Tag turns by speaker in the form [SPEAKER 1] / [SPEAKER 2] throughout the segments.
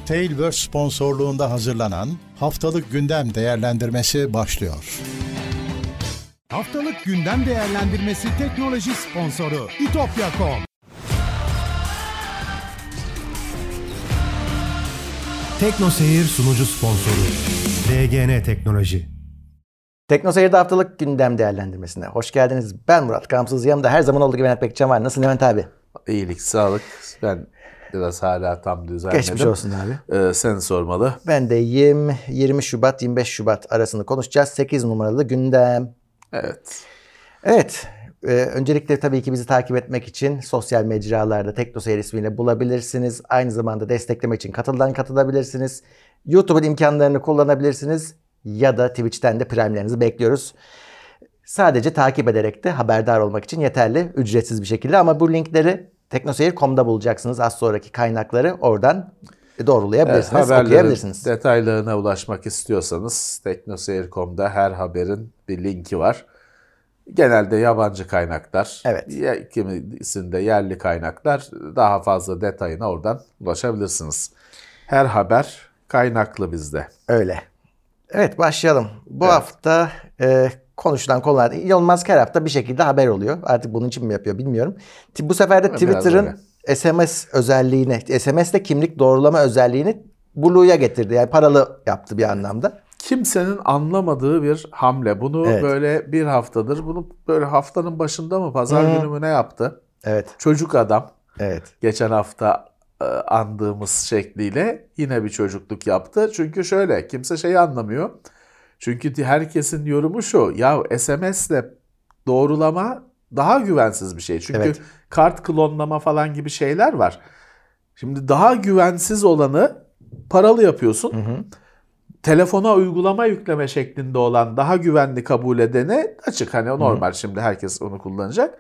[SPEAKER 1] Tailverse sponsorluğunda hazırlanan Haftalık Gündem Değerlendirmesi başlıyor.
[SPEAKER 2] Haftalık Gündem Değerlendirmesi teknoloji sponsoru itopya.com.
[SPEAKER 3] TeknoSeyir sunucu sponsoru DGN Teknoloji.
[SPEAKER 4] TeknoSeyir'de haftalık gündem değerlendirmesine hoş geldiniz. Ben Murat Kamsız. Yanımda her zaman olduğu gibi Levent Bekcan var. Nasılsın Levent abi?
[SPEAKER 5] İyilik, sağlık. Ben biraz hala tam düzenledim.
[SPEAKER 4] Geçmiş olsun abi.
[SPEAKER 5] Seni sormalı.
[SPEAKER 4] Ben de 20 Şubat 25 Şubat arasında konuşacağız. 8 numaralı gündem.
[SPEAKER 5] Evet.
[SPEAKER 4] Evet. Öncelikle tabii ki bizi takip etmek için sosyal mecralarda TeknoSeyir ismiyle bulabilirsiniz. Aynı zamanda desteklemek için Katıl'dan katılabilirsiniz. YouTube'un imkanlarını kullanabilirsiniz. Ya da Twitch'ten de prime'lerinizi bekliyoruz. Sadece takip ederek de haberdar olmak için yeterli. Ücretsiz bir şekilde ama bu linkleri teknoseyir.com'da bulacaksınız. Az sonraki kaynakları oradan doğrulayabilirsiniz, okuyabilirsiniz.
[SPEAKER 5] Detaylarına ulaşmak istiyorsanız teknoseyir.com'da her haberin bir linki var. Genelde yabancı kaynaklar,
[SPEAKER 4] evet.
[SPEAKER 5] Kimisinde yerli kaynaklar, daha fazla detayına oradan ulaşabilirsiniz. Her haber kaynaklı bizde.
[SPEAKER 4] Öyle. Evet, başlayalım. Bu hafta konuşulan konularda Elon Musk her hafta bir şekilde haber oluyor. Artık bunun için mi yapıyor bilmiyorum. Bu sefer de Twitter'ın SMS özelliğini, SMS'le kimlik doğrulama özelliğini Blue'ya getirdi. Yani paralı yaptı bir anlamda.
[SPEAKER 5] Kimsenin anlamadığı bir hamle. Bunu böyle bir haftadır, bunu böyle haftanın başında mı pazar günü mü ne yaptı?
[SPEAKER 4] Evet.
[SPEAKER 5] Çocuk adam.
[SPEAKER 4] Evet.
[SPEAKER 5] Geçen hafta andığımız şekliyle yine bir çocukluk yaptı. Çünkü şöyle, kimse şeyi anlamıyor. Çünkü herkesin yorumu şu: ya SMS'le doğrulama daha güvensiz bir şey. Çünkü kart klonlama falan gibi şeyler var. Şimdi daha güvensiz olanı paralı yapıyorsun. Telefona uygulama yükleme şeklinde olan daha güvenli kabul edene açık. Hani o normal, şimdi herkes onu kullanacak.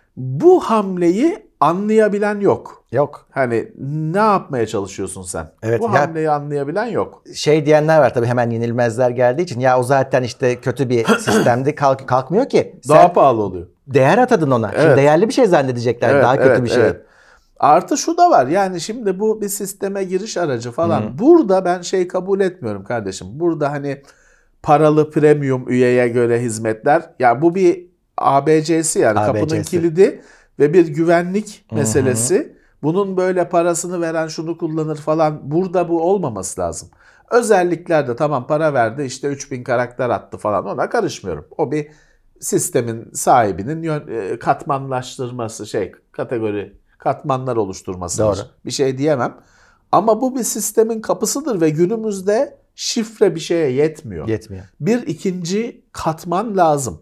[SPEAKER 5] Bu hamleyi anlayabilen yok.
[SPEAKER 4] Yok.
[SPEAKER 5] Hani ne yapmaya çalışıyorsun sen?
[SPEAKER 4] Evet,
[SPEAKER 5] bu hamleyi anlayabilen yok.
[SPEAKER 4] Şey diyenler var tabii, hemen yenilmezler geldiği için. Ya o zaten işte kötü bir sistemdi, kalkmıyor ki.
[SPEAKER 5] Daha pahalı oluyor.
[SPEAKER 4] Değer atadın ona.
[SPEAKER 5] Evet.
[SPEAKER 4] Şimdi değerli bir şey zannedecekler. Daha kötü bir şey. Evet.
[SPEAKER 5] Artı şu da var. Yani şimdi bu bir sisteme giriş aracı falan. Burada ben şey kabul etmiyorum kardeşim. Burada hani paralı premium üyeye göre hizmetler. Ya bu bir ABC'si, yani kapının kilidi ve bir güvenlik meselesi. Bunun böyle parasını veren şunu kullanır falan. Burada bu olmaması lazım. Özelliklerde tamam, para verdi işte 3000 karakter attı falan, ona karışmıyorum. O bir sistemin sahibinin katmanlaştırması, kategori katmanlar oluşturmasıdır.
[SPEAKER 4] Doğru.
[SPEAKER 5] Bir şey diyemem. Ama bu bir sistemin kapısıdır ve günümüzde şifre bir şeye yetmiyor. Bir ikinci katman lazım.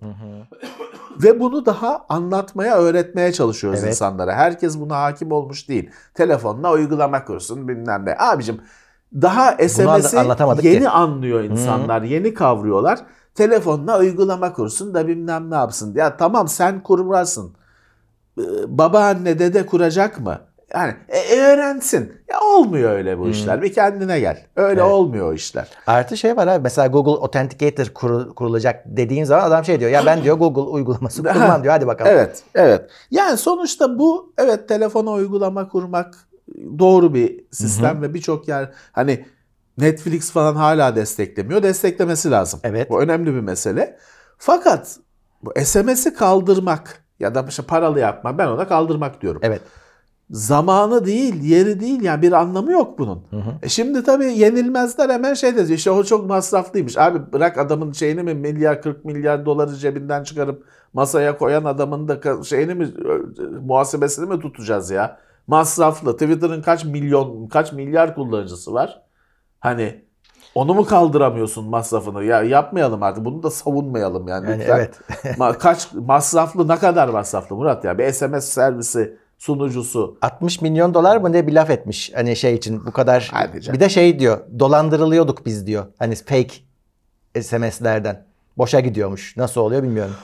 [SPEAKER 5] Ve bunu daha anlatmaya, öğretmeye çalışıyoruz insanlara. Herkes buna hakim olmuş değil. Telefonla uygulama kursun bilmem ne. Abicim, daha SMS'i yeni anlıyor insanlar. Yeni kavruyorlar. Telefonla uygulama kursun da bilmem ne yapsın. Ya tamam, sen kurarsın. Babaanne, dede kuracak mı? Yani öğrensin. Ya olmuyor öyle bu işler. Bir kendine gel. Öyle olmuyor o işler.
[SPEAKER 4] Artı şey var abi. Mesela Google Authenticator kurulacak dediğin zaman adam şey diyor. Ya ben diyor Google uygulaması kurmam diyor. Hadi bakalım.
[SPEAKER 5] Evet. Yani sonuçta bu telefona uygulama kurmak doğru bir sistem ve birçok yer, hani Netflix falan hala desteklemiyor. Desteklemesi lazım.
[SPEAKER 4] Evet.
[SPEAKER 5] Bu önemli bir mesele. Fakat bu SMS'i kaldırmak ya da paralı yapmak, ben ona kaldırmak diyorum.
[SPEAKER 4] Evet.
[SPEAKER 5] Zamanı değil, yeri değil, yani bir anlamı yok bunun. Şimdi tabii yenilmezler hemen şey dedi, işte o çok masraflıymış. Abi bırak adamın şeyini mi, 40 milyar doları cebinden çıkarıp masaya koyan adamın da şeyini mi, muhasebesini mi tutacağız ya? Masraflı. Twitter'ın kaç milyar kullanıcısı var? Hani onu mu kaldıramıyorsun masrafını? Ya yapmayalım artık. Bunu da savunmayalım yani lütfen.
[SPEAKER 4] Evet.
[SPEAKER 5] Kaç masraflı, ne kadar masraflı Murat ya? Bir SMS servisi sunucusu.
[SPEAKER 4] 60 milyon dolar mı ne bir laf etmiş. Hani şey için bu kadar.
[SPEAKER 5] Hadi
[SPEAKER 4] bir de şey diyor. Dolandırılıyorduk biz diyor. Hani fake SMS'lerden. Boşa gidiyormuş. Nasıl oluyor bilmiyorum.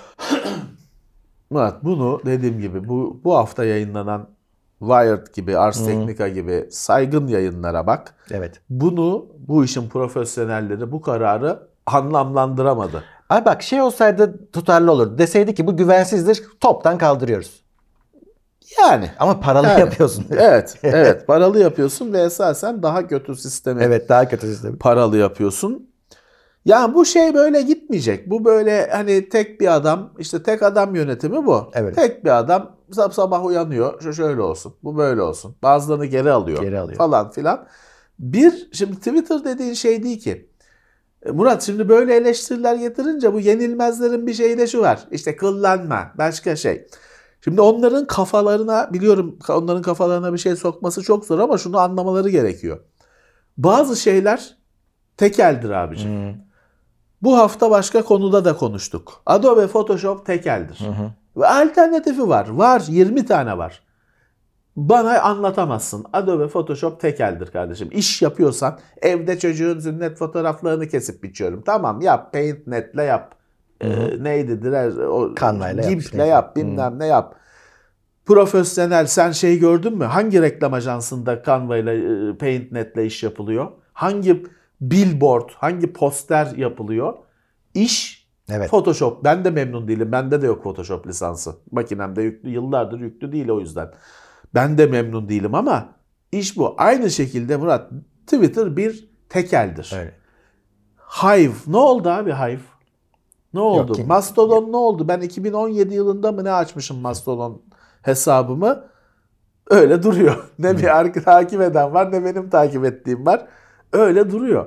[SPEAKER 5] Murat, bunu dediğim gibi bu hafta yayınlanan Wired gibi, Ars Technica gibi saygın yayınlara bak.
[SPEAKER 4] Evet.
[SPEAKER 5] Bu işin profesyonelleri bu kararı anlamlandıramadı.
[SPEAKER 4] Abi bak, şey olsaydı tutarlı olur. Deseydi ki bu güvensizdir, toptan kaldırıyoruz.
[SPEAKER 5] Yani.
[SPEAKER 4] Ama paralı yapıyorsun.
[SPEAKER 5] Evet. Paralı yapıyorsun ve esasen daha kötü sistemi.
[SPEAKER 4] Evet, daha kötü sistemi.
[SPEAKER 5] Paralı yapıyorsun. Yani bu şey böyle gitmeyecek. Bu böyle hani tek bir adam, işte tek adam yönetimi bu.
[SPEAKER 4] Evet.
[SPEAKER 5] Tek bir adam sabah uyanıyor. Şu şöyle olsun, bu böyle olsun. Bazılarını geri alıyor. Falan filan. Şimdi Twitter dediğin şey değil ki. Murat, şimdi böyle eleştiriler getirince bu yenilmezlerin bir şeyi de şu var. İşte kullanma, başka şey. Şimdi onların kafalarına, biliyorum onların kafalarına bir şey sokması çok zor ama şunu anlamaları gerekiyor. Bazı şeyler tekeldir abiciğim. Bu hafta başka konuda da konuştuk. Adobe Photoshop tekeldir. Ve alternatifi var. Var, 20 tane var. Bana anlatamazsın. Adobe Photoshop tekeldir kardeşim. İş yapıyorsan, evde çocuğun sünnet fotoğraflarını kesip biçiyorum. Tamam, yap. PaintNet'le yap. Neydi? GIMP'le yap. Bilmem ne yap. Profesyonel, sen şey gördün mü? Hangi reklam ajansında Canva ile PaintNet'le iş yapılıyor? Hangi billboard, hangi poster yapılıyor? İş Photoshop. Ben de memnun değilim. Bende de yok Photoshop lisansı. Makinemde yüklü, yıllardır yüklü değil o yüzden. Ben de memnun değilim ama iş bu. Aynı şekilde Murat, Twitter bir tekeldir.
[SPEAKER 4] Öyle.
[SPEAKER 5] Hive. Ne oldu abi Hive? Ne oldu? Mastodon ne oldu? Ben 2017 yılında mı ne açmışım Mastodon hesabımı? Öyle duruyor. Ne bir takip eden var, ne benim takip ettiğim var. Öyle duruyor.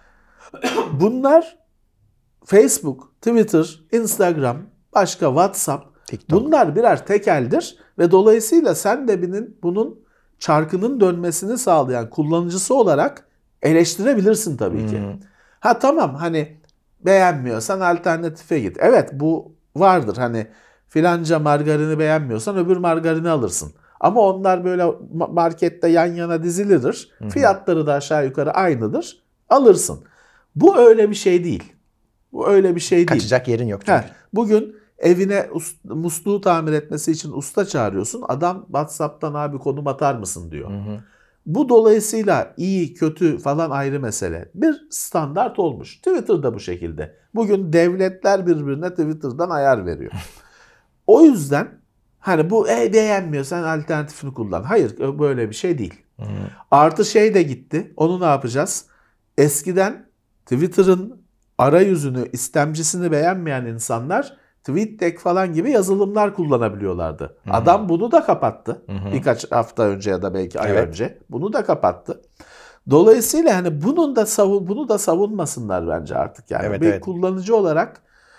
[SPEAKER 5] Bunlar Facebook, Twitter, Instagram, başka WhatsApp, TikTok. Bunlar birer tekeldir ve dolayısıyla sen de bunun çarkının dönmesini sağlayan kullanıcısı olarak eleştirebilirsin tabii ki. Ha tamam, hani beğenmiyorsan alternatife git. Evet, bu vardır. Hani filanca margarini beğenmiyorsan öbür margarini alırsın. Ama onlar böyle markette yan yana dizilidir. Fiyatları da aşağı yukarı aynıdır. Alırsın. Bu öyle bir şey değil. Bu öyle bir şey değil.
[SPEAKER 4] Kaçacak yerin yok çünkü.
[SPEAKER 5] Bugün evine musluğu tamir etmesi için usta çağırıyorsun. Adam WhatsApp'tan abi konum atar mısın diyor. Bu dolayısıyla iyi, kötü falan ayrı mesele. Bir standart olmuş. Twitter'da bu şekilde. Bugün devletler birbirine Twitter'dan ayar veriyor. O yüzden hani bu beğenmiyorsan alternatifini kullan. Hayır, böyle bir şey değil. Artı şey de gitti. Onu ne yapacağız? Eskiden Twitter'ın arayüzünü, istemcisini beğenmeyen insanlar TweetDeck falan gibi yazılımlar kullanabiliyorlardı. Adam bunu da kapattı. Birkaç hafta önce ya da belki ay önce. Bunu da kapattı. Dolayısıyla hani bunu da savunmasınlar bence artık yani. Kullanıcı olarak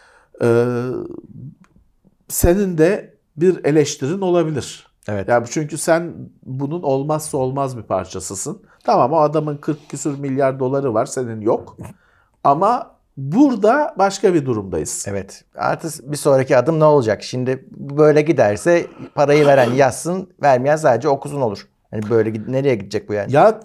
[SPEAKER 5] senin de bir eleştirin olabilir. Yani çünkü sen bunun olmazsa olmaz bir parçasısın. Tamam, o adamın 40 küsur milyar doları var, senin yok. Ama burada başka bir durumdayız.
[SPEAKER 4] Evet. Artık bir sonraki adım ne olacak? Şimdi böyle giderse parayı veren yazsın, vermeyen sadece okusun olur. Yani böyle nereye gidecek bu yani?
[SPEAKER 5] Ya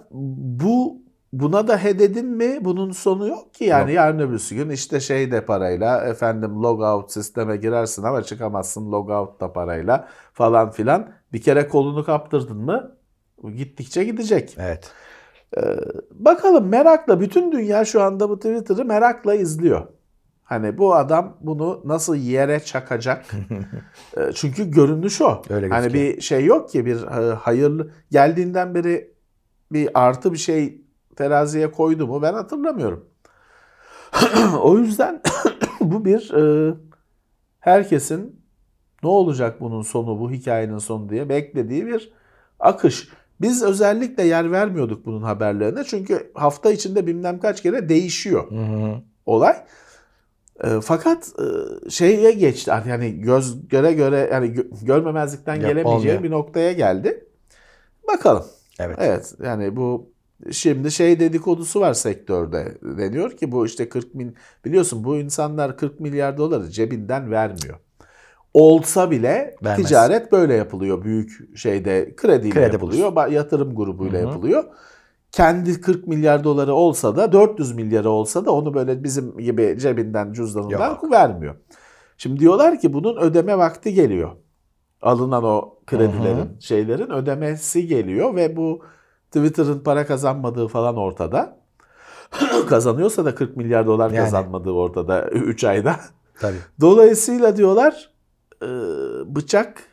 [SPEAKER 5] buna da dedin mi bunun sonu yok ki yani. Yarın öbürsü gün işte şey de parayla, logout sisteme girersin ama çıkamazsın, logout da parayla falan filan. Bir kere kolunu kaptırdın mı gittikçe gidecek.
[SPEAKER 4] Evet.
[SPEAKER 5] Bakalım, merakla bütün dünya şu anda bu Twitter'ı merakla izliyor. Hani bu adam bunu nasıl yere çakacak? Çünkü görünüş o. Hani bir şey yok ki, bir hayırlı geldiğinden beri bir artı bir şey teraziye koydu mu ben hatırlamıyorum. O yüzden bu bir herkesin ne olacak bunun sonu, bu hikayenin sonu diye beklediği bir akış. Biz özellikle yer vermiyorduk bunun haberlerine çünkü hafta içinde bilmem kaç kere değişiyor olay. Fakat şeye geçti, yani göz göre yani görmemezlikten gelemeyeceği bir noktaya geldi. Bakalım. Evet yani bu şimdi şey dedikodusu var sektörde. Deniyor ki bu işte biliyorsun bu insanlar 40 milyar doları cebinden vermiyor. Olsa bile vermez. Ticaret böyle yapılıyor. Büyük şeyde krediyle yapılıyor. Yatırım grubuyla yapılıyor. Kendi 40 milyar doları olsa da 400 milyarı olsa da onu böyle bizim gibi cebinden, cüzdanından vermiyor. Şimdi diyorlar ki bunun ödeme vakti geliyor. Alınan o kredilerin, şeylerin ödemesi geliyor ve bu Twitter'ın para kazanmadığı falan ortada. Kazanıyorsa da 40 milyar dolar kazanmadığı ortada 3 ayda.
[SPEAKER 4] Tabii.
[SPEAKER 5] Dolayısıyla diyorlar bıçak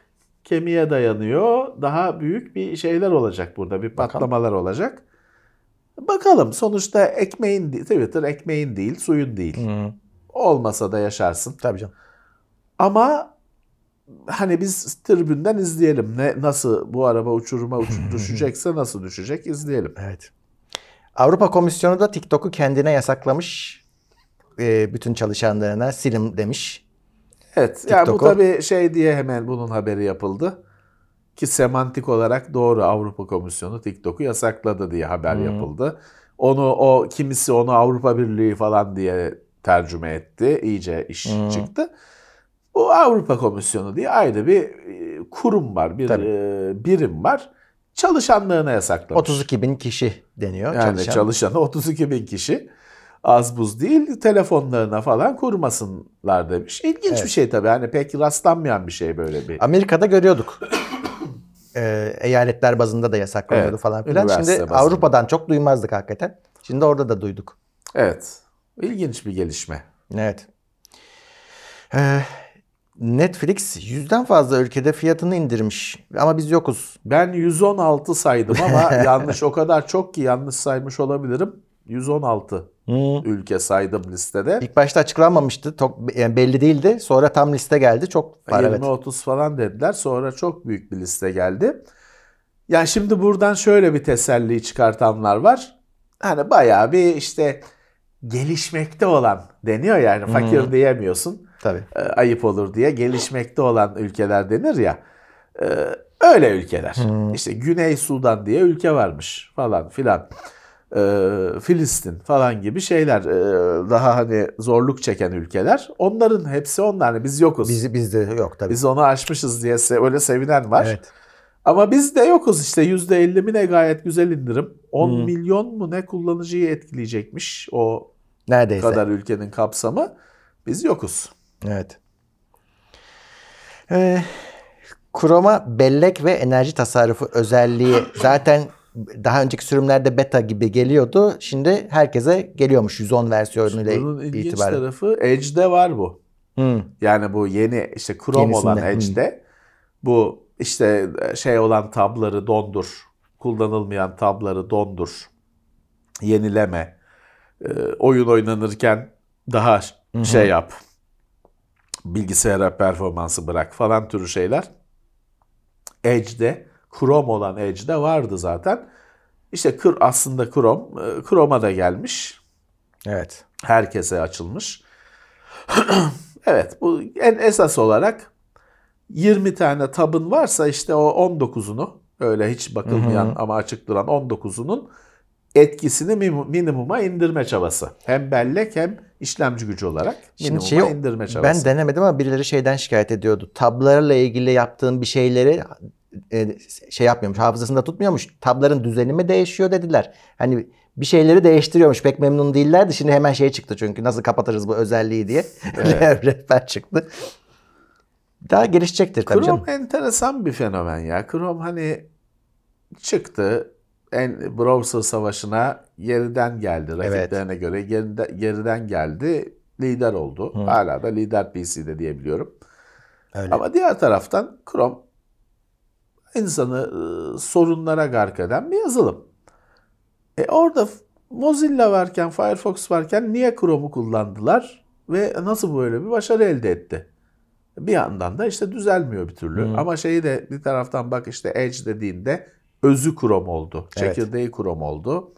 [SPEAKER 5] kemiğe dayanıyor. Daha büyük bir şeyler olacak burada. Bir patlamalar olacak. Bakalım. Sonuçta ekmeğin değil. Twitter ekmeğin değil, suyun değil. Olmasa da yaşarsın.
[SPEAKER 4] Tabii canım.
[SPEAKER 5] Ama hani biz tribünden izleyelim. Nasıl bu araba uçuruma düşecekse nasıl düşecek izleyelim.
[SPEAKER 4] Evet. Avrupa Komisyonu da TikTok'u kendine yasaklamış. Bütün çalışanlarına silin demiş.
[SPEAKER 5] Evet. Yani bu tabii şey diye hemen bunun haberi yapıldı. Ki semantik olarak doğru, Avrupa Komisyonu TikTok'u yasakladı diye haber yapıldı. Kimisi onu Avrupa Birliği falan diye tercüme etti. İyice iş çıktı. Bu Avrupa Komisyonu diye ayrı bir kurum var, bir birim var. Çalışanlarına yasaklamış.
[SPEAKER 4] 32.000 kişi deniyor.
[SPEAKER 5] Yani çalışanı 32.000 kişi. Az buz değil, telefonlarına falan kurmasınlar demiş. İlginç bir şey tabii. Hani pek rastlanmayan bir şey böyle bir.
[SPEAKER 4] Amerika'da görüyorduk. Eyaletler bazında da yasaklanıyordu falan filan. Şimdi bazında. Avrupa'dan çok duymazdık hakikaten. Şimdi orada da duyduk.
[SPEAKER 5] Evet. İlginç bir gelişme.
[SPEAKER 4] Evet. Netflix 100'den fazla ülkede fiyatını indirmiş. Ama biz yokuz.
[SPEAKER 5] Ben 116 saydım ama yanlış, o kadar çok ki yanlış saymış olabilirim. 116 ülke saydım listede.
[SPEAKER 4] İlk başta açıklanmamıştı. Yani belli değildi. Sonra tam liste geldi. Çok var,
[SPEAKER 5] 20-30 falan dediler. Sonra çok büyük bir liste geldi. Yani şimdi buradan şöyle bir teselli çıkartanlar var. Hani bayağı bir işte gelişmekte olan deniyor yani. Fakir diyemiyorsun.
[SPEAKER 4] Tabii.
[SPEAKER 5] Ayıp olur diye. Gelişmekte olan ülkeler denir ya. Öyle ülkeler. İşte Güney Sudan diye ülke varmış falan filan. Filistin falan gibi şeyler, daha hani zorluk çeken ülkeler. Onların hepsi onlar. Yani biz yokuz.
[SPEAKER 4] Bizde yok tabii.
[SPEAKER 5] Biz onu aşmışız diye öyle sevinen var.
[SPEAKER 4] Evet.
[SPEAKER 5] Ama biz de yokuz işte. %50 mi ne gayet güzel indirim. 10 milyon mu ne kullanıcıyı etkileyecekmiş o
[SPEAKER 4] neredeyse
[SPEAKER 5] kadar ülkenin kapsamı. Biz yokuz.
[SPEAKER 4] Evet. Chrome'a bellek ve enerji tasarrufu özelliği zaten daha önceki sürümlerde beta gibi geliyordu. Şimdi herkese geliyormuş 110 versiyonuyla itibaren.
[SPEAKER 5] Bunun ilginç tarafı Edge'de var bu. Yani bu yeni işte Chrome yenisinde olan Edge'de bu işte şey olan tabları dondur, kullanılmayan tabları dondur, yenileme, oyun oynanırken daha şey yap, bilgisayara performansı bırak falan türü şeyler. Edge'de, Chrome olan Edge'de vardı zaten. İşte aslında Chrome'a da gelmiş.
[SPEAKER 4] Evet.
[SPEAKER 5] Herkese açılmış. Evet, bu en esas olarak 20 tane tabın varsa işte o 19'unu, öyle hiç bakılmayan ama açık duran 19'unun etkisini minimuma indirme çabası. Hem bellek hem işlemci gücü olarak minimuma indirme çabası.
[SPEAKER 4] Ben denemedim ama birileri şeyden şikayet ediyordu. Tablarla ilgili yaptığın bir şeyleri şey yapmıyormuş, hafızasında tutmuyormuş. Tabların düzenimi değişiyor dediler. Hani bir şeyleri değiştiriyormuş. Pek memnun değillerdi. Şimdi hemen şey çıktı çünkü nasıl kapatırız bu özelliği diye. Evet. Rehber çıktı. Daha gelişecektir tabii canım.
[SPEAKER 5] Chrome enteresan bir fenomen ya. Chrome hani çıktı. Browser savaşına geriden geldi. Rakiplerine göre geriden geldi. Lider oldu. Hala da lider PC'de diyebiliyorum.
[SPEAKER 4] Öyle.
[SPEAKER 5] Ama diğer taraftan Chrome insanı sorunlara gark eden bir yazılım. Orada Mozilla varken, Firefox varken niye Chrome'u kullandılar ve nasıl böyle bir başarı elde etti? Bir yandan da işte düzelmiyor bir türlü. Ama şeyi de bir taraftan bak işte Edge dediğinde özü Chrome oldu. Çekirdeği Chrome oldu.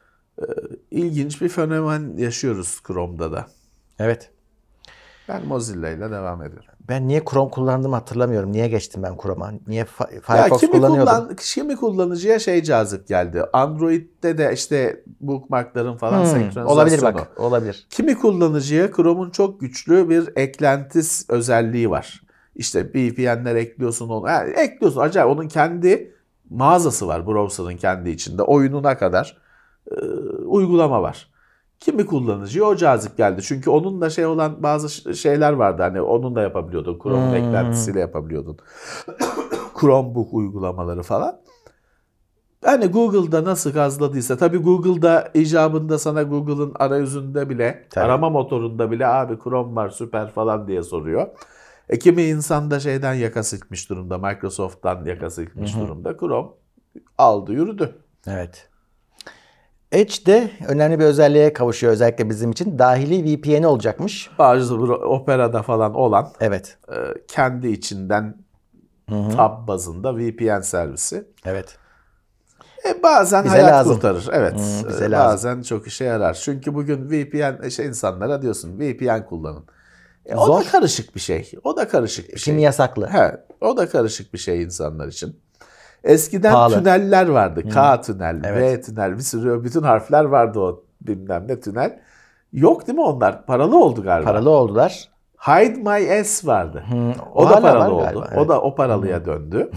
[SPEAKER 5] İlginç bir fenomen yaşıyoruz Chrome'da da.
[SPEAKER 4] Evet.
[SPEAKER 5] Ben Mozilla ile devam ediyorum.
[SPEAKER 4] Ben niye Chrome kullandığımı hatırlamıyorum. Niye geçtim ben Chrome'a? Niye Firefox kullanıyordum?
[SPEAKER 5] Kimi kullanıcıya şey cazip geldi. Android'de de işte bookmarkların falan senkronizasyonu.
[SPEAKER 4] Olabilir bak. Olabilir.
[SPEAKER 5] Kimi kullanıcıya Chrome'un çok güçlü bir eklentis özelliği var. İşte VPN'ler ekliyorsun onu. Yani ekliyorsun. Acayip onun kendi mağazası var browser'ın kendi içinde. Oyununa kadar uygulama var. Kimi kullanıcıya o cazip geldi. Çünkü onun da şey olan bazı şeyler vardı. Hani onun da yapabiliyordun. Chrome'un eklentisiyle yapabiliyordun. Chromebook uygulamaları falan. Hani Google'da nasıl gazladıysa. Tabii Google'da icabında sana Google'ın arayüzünde bile, arama motorunda bile abi Chrome var süper falan diye soruyor. Kimi insan da şeyden yaka silkmiş durumda. Microsoft'tan yaka silkmiş durumda. Chrome aldı yürüdü.
[SPEAKER 4] Evet. Edge de önemli bir özelliğe kavuşuyor özellikle bizim için. Dahili VPN olacakmış.
[SPEAKER 5] Bazı Opera'da falan olan
[SPEAKER 4] Evet.
[SPEAKER 5] Kendi içinden tab bazında VPN servisi.
[SPEAKER 4] Evet.
[SPEAKER 5] Bazen
[SPEAKER 4] bize
[SPEAKER 5] hayat
[SPEAKER 4] lazım.
[SPEAKER 5] kurtarır. Evet.
[SPEAKER 4] Bize
[SPEAKER 5] bazen
[SPEAKER 4] lazım.
[SPEAKER 5] çok işe yarar. Çünkü bugün VPN insanlara diyorsun VPN kullanın. O
[SPEAKER 4] Zor.
[SPEAKER 5] da karışık bir şey. O da karışık bir şey.
[SPEAKER 4] Kimi yasaklı.
[SPEAKER 5] O da karışık bir şey insanlar için. Eskiden
[SPEAKER 4] Pahalı.
[SPEAKER 5] tüneller vardı. K tünel,
[SPEAKER 4] Evet.
[SPEAKER 5] V tünel, bir sürü bütün harfler vardı o bilmem ne tünel. Yok değil mi onlar? Paralı oldu galiba.
[SPEAKER 4] Paralı oldular.
[SPEAKER 5] Hide My S vardı.
[SPEAKER 4] O
[SPEAKER 5] O da
[SPEAKER 4] hala
[SPEAKER 5] paralı
[SPEAKER 4] var
[SPEAKER 5] oldu.
[SPEAKER 4] galiba,
[SPEAKER 5] O da o paralıya döndü.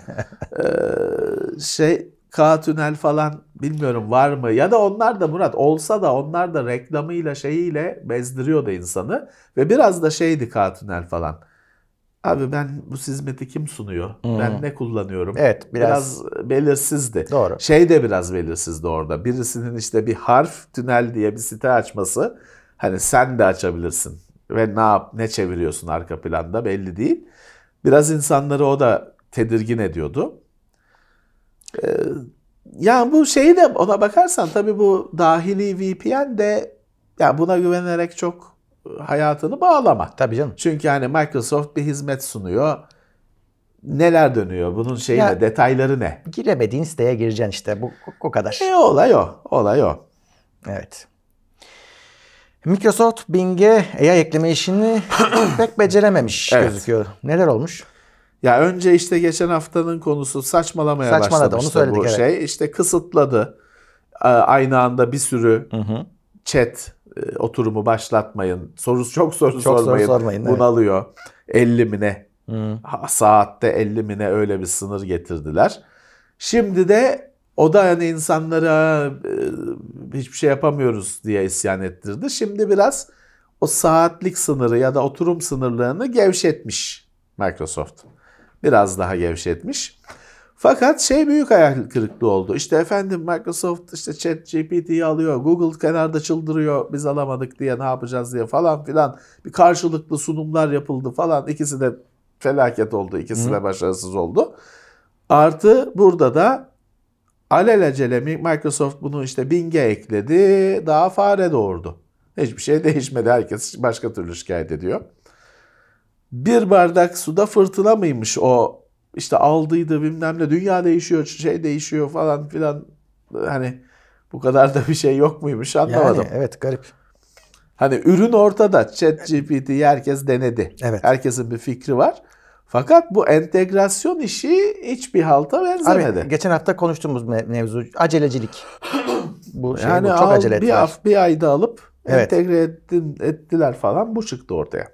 [SPEAKER 5] K tünel falan bilmiyorum var mı? Ya da onlar da Murat olsa da onlar da reklamıyla şeyiyle bezdiriyordu insanı. Ve biraz da şeydi K tünel falan. Abi ben bu hizmeti kim sunuyor? Ben ne kullanıyorum?
[SPEAKER 4] Evet,
[SPEAKER 5] biraz belirsizdi.
[SPEAKER 4] Doğru.
[SPEAKER 5] Şey de biraz belirsizdi orada. Birisinin işte bir harf tünel diye bir site açması. Hani sen de açabilirsin. Ve ne çeviriyorsun arka planda belli değil. Biraz insanları o da tedirgin ediyordu. Yani bu şeyi de ona bakarsan tabii bu dahili VPN de ya buna güvenerek çok hayatını bağlama.
[SPEAKER 4] Tabii canım.
[SPEAKER 5] Çünkü hani Microsoft bir hizmet sunuyor. Neler dönüyor? Bunun şeyi ne? Detayları ne?
[SPEAKER 4] Giremediğin siteye gireceksin işte. Bu kadar.
[SPEAKER 5] Olay o. Olay o.
[SPEAKER 4] Evet. Microsoft Bing'e AI ekleme işini pek becerememiş gözüküyor. Neler olmuş?
[SPEAKER 5] Ya önce işte geçen haftanın konusu saçmalamaya başlamıştı.
[SPEAKER 4] Onu söyledik,
[SPEAKER 5] bu
[SPEAKER 4] evet.
[SPEAKER 5] şey. İşte kısıtladı. Aynı anda bir sürü chat oturumu başlatmayın. Çok soru sormayın. Bunalıyor. 50 mi ne? Saatte 50 mi ne öyle bir sınır getirdiler. Şimdi de o da yani insanlara hiçbir şey yapamıyoruz diye isyan ettirdi. Şimdi biraz o saatlik sınırı ya da oturum sınırlarını gevşetmiş Microsoft. Biraz daha gevşetmiş. Fakat büyük hayal kırıklığı oldu. İşte efendim Microsoft işte ChatGPT'yi alıyor. Google kenarda çıldırıyor. Biz alamadık diye ne yapacağız diye falan filan. Bir karşılıklı sunumlar yapıldı falan. İkisi de felaket oldu. İkisi de başarısız oldu. Artı burada da alelacele Microsoft bunu işte Bing'e ekledi. Daha fare doğurdu. Hiçbir şey değişmedi. Herkes başka türlü şikayet ediyor. Bir bardak suda fırtına mıymış o? İşte aldıydı bilmem ne. Dünya değişiyor, değişiyor falan filan. Hani bu kadar da bir şey yok muymuş anlamadım.
[SPEAKER 4] Yani evet, garip.
[SPEAKER 5] Hani ürün ortada. ChatGPT'yi herkes denedi.
[SPEAKER 4] Evet.
[SPEAKER 5] Herkesin bir fikri var. Fakat bu entegrasyon işi hiçbir halta benzemedi.
[SPEAKER 4] Abi, geçen hafta konuştuğumuz mevzu acelecilik. Bu
[SPEAKER 5] yani
[SPEAKER 4] bu çok acele ettiler.
[SPEAKER 5] Bir ayda alıp
[SPEAKER 4] Evet.
[SPEAKER 5] entegre ettiler falan. Bu çıktı ortaya.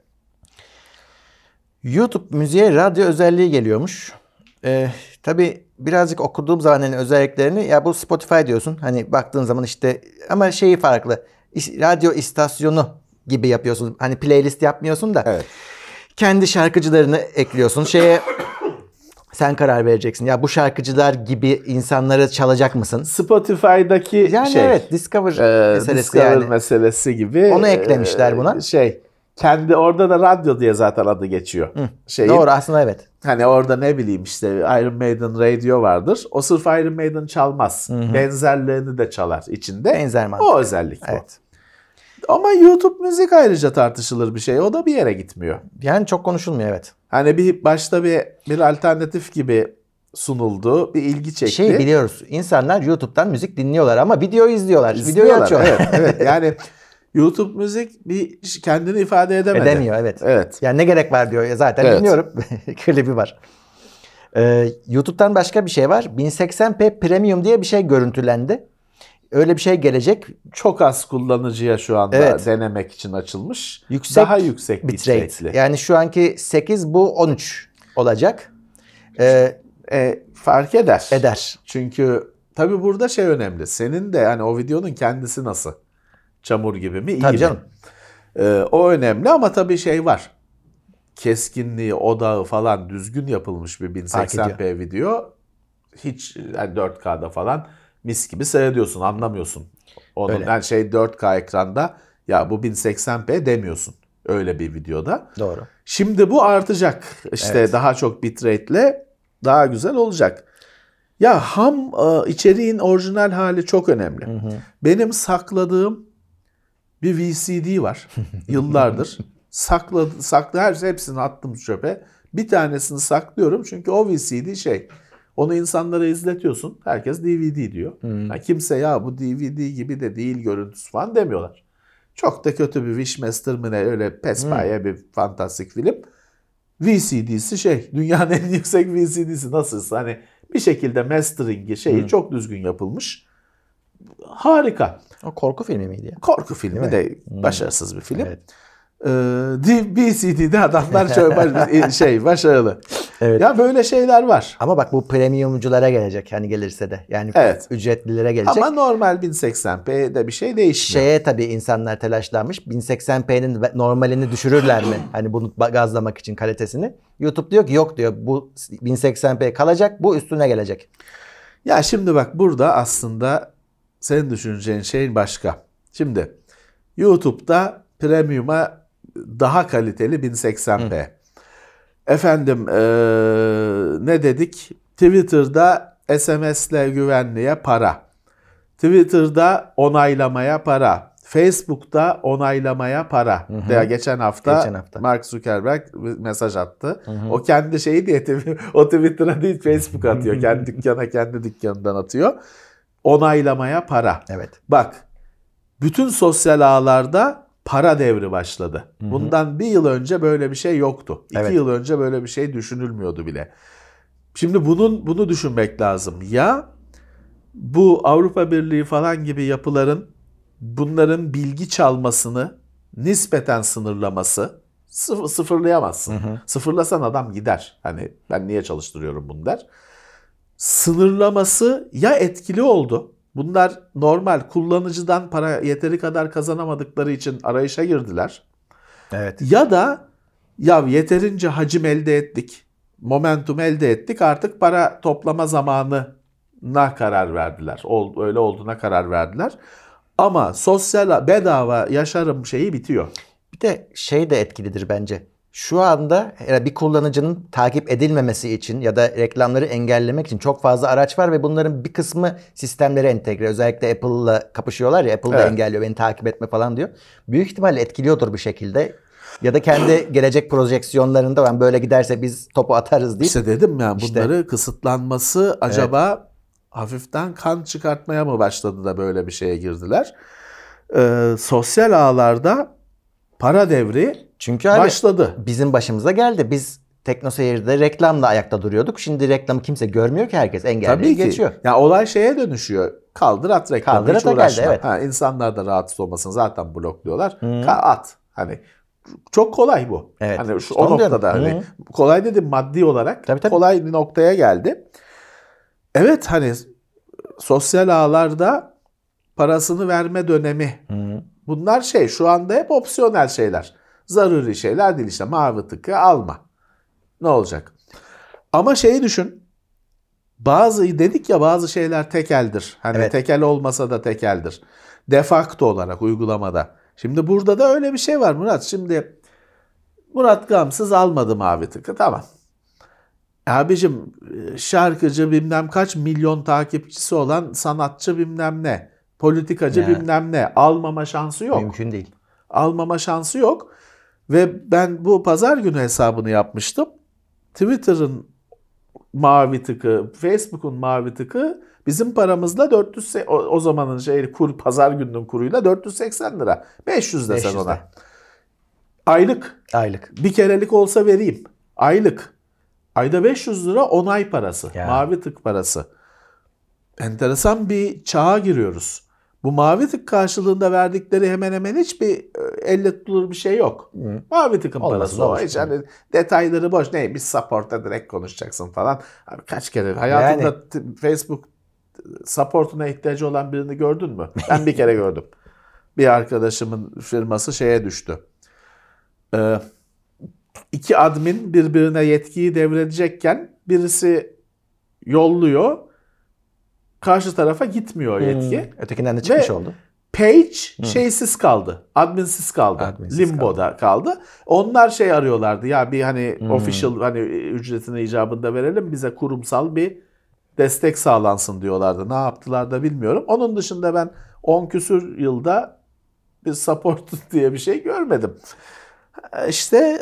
[SPEAKER 4] YouTube müziğe radyo özelliği geliyormuş. Tabii birazcık okuduğum zaman özelliklerini ya bu Spotify diyorsun. Hani baktığın zaman işte ama şeyi farklı. Radyo istasyonu gibi yapıyorsun. Hani playlist yapmıyorsun da.
[SPEAKER 5] Evet.
[SPEAKER 4] Kendi şarkıcılarını ekliyorsun. Sen karar vereceksin. Ya bu şarkıcılar gibi insanları çalacak mısın?
[SPEAKER 5] Spotify'daki
[SPEAKER 4] Yani evet, Discover meselesi
[SPEAKER 5] Discover
[SPEAKER 4] yani.
[SPEAKER 5] meselesi gibi.
[SPEAKER 4] Onu eklemişler buna.
[SPEAKER 5] Kendi orada da radyo diye zaten adı geçiyor.
[SPEAKER 4] Doğru aslında, evet.
[SPEAKER 5] Hani orada ne bileyim işte Iron Maiden Radio vardır. O sırf Iron Maiden çalmaz. Benzerlerini de çalar içinde.
[SPEAKER 4] Benzer mantık.
[SPEAKER 5] O özellik bu.
[SPEAKER 4] Evet.
[SPEAKER 5] Ama YouTube müzik ayrıca tartışılır bir şey. O da bir yere gitmiyor.
[SPEAKER 4] Yani çok konuşulmuyor, evet.
[SPEAKER 5] Hani başta bir alternatif gibi sunuldu. Bir ilgi çekti.
[SPEAKER 4] Biliyoruz. İnsanlar YouTube'dan müzik dinliyorlar ama videoyu izliyorlar. Videoyu açıyorlar.
[SPEAKER 5] Evet. Yani YouTube müzik kendini ifade edemedi.
[SPEAKER 4] Edemiyor, evet. Yani ne gerek var diyor. Zaten dinliyorum. Klibi var. YouTube'dan başka bir şey var. 1080p Premium diye bir şey görüntülendi. Öyle bir şey gelecek.
[SPEAKER 5] Çok az kullanıcıya şu anda denemek için açılmış. Daha yüksek bitrate'li.
[SPEAKER 4] Yani şu anki 8, bu 13 olacak.
[SPEAKER 5] Fark eder.
[SPEAKER 4] Eder.
[SPEAKER 5] Çünkü tabii burada önemli. Senin de yani o videonun kendisi nasıl? Çamur gibi mi? İyi
[SPEAKER 4] tabii
[SPEAKER 5] mi?
[SPEAKER 4] Canım.
[SPEAKER 5] O önemli ama tabii var. Keskinliği, odağı falan düzgün yapılmış bir 1080p video. Hiç yani 4K'da falan mis gibi seyrediyorsun, anlamıyorsun. Onun yani 4K ekranda ya bu 1080p demiyorsun. öyle bir videoda.
[SPEAKER 4] Doğru.
[SPEAKER 5] Şimdi bu artacak. İşte daha çok bitrate'le daha güzel olacak. Ya ham içeriğin orijinal hali çok önemli. Benim sakladığım bir VCD var. Yıllardır. Hepsini attım çöpe. Bir tanesini saklıyorum çünkü o VCD onu insanlara izletiyorsun. Herkes DVD diyor. Yani kimse ya bu DVD gibi de değil görüntüsü falan demiyorlar. Çok da kötü bir Wishmaster mı ne öyle pespaye bir fantastik film. VCD'si dünyanın en yüksek VCD'si nasılsa hani bir şekilde mastering'i çok düzgün yapılmış. Harika.
[SPEAKER 4] O korku filmi miydi ya?
[SPEAKER 5] Korku filmi de başarısız bir film.
[SPEAKER 4] Evet.
[SPEAKER 5] VCD'de adamlar çok başarılı.
[SPEAKER 4] Evet.
[SPEAKER 5] Ya böyle şeyler var.
[SPEAKER 4] Ama bak bu premiumculara gelecek hani gelirse de. Yani ücretlilere gelecek.
[SPEAKER 5] Ama normal 1080p'de bir şey değişmiyor.
[SPEAKER 4] Tabii insanlar telaşlanmış. 1080p'nin normalini düşürürler mi? Hani bunu gazlamak için kalitesini. YouTube diyor ki yok diyor. Bu 1080p kalacak. Bu üstüne gelecek.
[SPEAKER 5] Ya şimdi bak burada aslında senin düşüneceğin şey başka. Şimdi YouTube'da premium'a daha kaliteli 1080p. Efendim ne dedik? Twitter'da SMS'le güvenliğe para. Twitter'da onaylamaya para. Facebook'ta onaylamaya para. Geçen hafta Mark Zuckerberg mesaj attı. O kendi diye o Twitter'a değil Facebook atıyor. Kendi dükkanından atıyor. Onaylamaya para.
[SPEAKER 4] Evet.
[SPEAKER 5] Bak bütün sosyal ağlarda para devri başladı. Bundan bir yıl önce böyle bir şey yoktu. 2 yıl önce böyle bir şey düşünülmüyordu bile. Şimdi bunu düşünmek lazım. Ya bu Avrupa Birliği falan gibi yapıların bunların bilgi çalmasını nispeten sınırlaması, sıfırlayamazsın. Sıfırlasan adam gider. Hani ben niye çalıştırıyorum bunu der. Sınırlaması ya etkili oldu. Bunlar normal kullanıcıdan para yeteri kadar kazanamadıkları için arayışa girdiler.
[SPEAKER 4] Evet.
[SPEAKER 5] Ya da yeterince hacim elde ettik, momentum elde ettik artık para toplama zamanına karar verdiler. Öyle olduğuna karar verdiler. Ama sosyal bedava yaşarım bitiyor.
[SPEAKER 4] Bir de de etkilidir bence. Şu anda bir kullanıcının takip edilmemesi için ya da reklamları engellemek için çok fazla araç var ve bunların bir kısmı sistemlere entegre. Özellikle Apple'la kapışıyorlar ya, Apple da engelliyor, beni takip etme falan diyor. Büyük ihtimalle etkiliyordur bir şekilde. Ya da kendi gelecek projeksiyonlarında ben böyle giderse biz topu atarız deyip.
[SPEAKER 5] İşte dedim ya bunları kısıtlanması acaba hafiften kan çıkartmaya mı başladı da böyle bir şeye girdiler? Sosyal ağlarda para devri
[SPEAKER 4] çünkü
[SPEAKER 5] başladı.
[SPEAKER 4] Bizim başımıza geldi. Biz TeknoSeyir'de reklamla ayakta duruyorduk. Şimdi reklamı kimse görmüyor ki, herkes engelliye geçiyor.
[SPEAKER 5] Ya olay dönüşüyor. Kaldır at reklamı.
[SPEAKER 4] Kaldır
[SPEAKER 5] hiç
[SPEAKER 4] ata
[SPEAKER 5] uğraşma.
[SPEAKER 4] geldi, evet.
[SPEAKER 5] İnsanlar da rahatsız olmasın zaten blokluyorlar. At. Hani çok kolay bu.
[SPEAKER 4] Evet.
[SPEAKER 5] Hani o noktada hani kolay dedim maddi olarak.
[SPEAKER 4] Tabii.
[SPEAKER 5] Kolay bir noktaya geldi. Evet hani sosyal ağlarda parasını verme dönemi. Bunlar şu anda hep opsiyonel şeyler. Zaruri şeyler değil işte. Mavi tıkı alma. Ne olacak? Ama düşün. Dedik ya bazı şeyler tekeldir. Hani tekel olmasa da tekeldir. De facto olarak uygulamada. Şimdi burada da öyle bir şey var Murat. Şimdi Murat Gamsız almadı mavi tıkı. Tamam. Abicim şarkıcı bilmem kaç milyon takipçisi olan sanatçı bilmem ne. Politikacı bilmem ne. Almama şansı yok.
[SPEAKER 4] Mümkün değil.
[SPEAKER 5] Almama şansı yok. Ve ben bu pazar günü hesabını yapmıştım. Twitter'ın mavi tıkı, Facebook'un mavi tıkı bizim paramızla 400 o zamanın pazar gününün kuruyla 480 lira. 500 desen ona. Aylık.
[SPEAKER 4] Aylık.
[SPEAKER 5] Bir kerelik olsa vereyim. Aylık. Ayda 500 lira onay parası. Mavi tık parası. Enteresan bir çağa giriyoruz. Bu mavi tık karşılığında verdikleri hemen hemen hiçbir elle tutulur bir şey yok. Mavi tıkın parası o. Hiç detayları boş. Biz support'a direkt konuşacaksın falan. Abi kaç kere hayatında Facebook support'una ihtiyacı olan birini gördün mü? Ben bir kere gördüm. Bir arkadaşımın firması düştü. 2 admin birbirine yetkiyi devredecekken birisi yolluyor. Karşı tarafa gitmiyor yetki.
[SPEAKER 4] Ötekinden de çıkmış oldu.
[SPEAKER 5] page şeysiz kaldı. Adminsiz kaldı. Limbo'da kaldı. Onlar şey arıyorlardı. Ya bir hani official hani ücretini icabında verelim, bize kurumsal bir destek sağlansın diyorlardı. Ne yaptılar da bilmiyorum. Onun dışında ben 10 küsür yılda bir support diye bir şey görmedim. İşte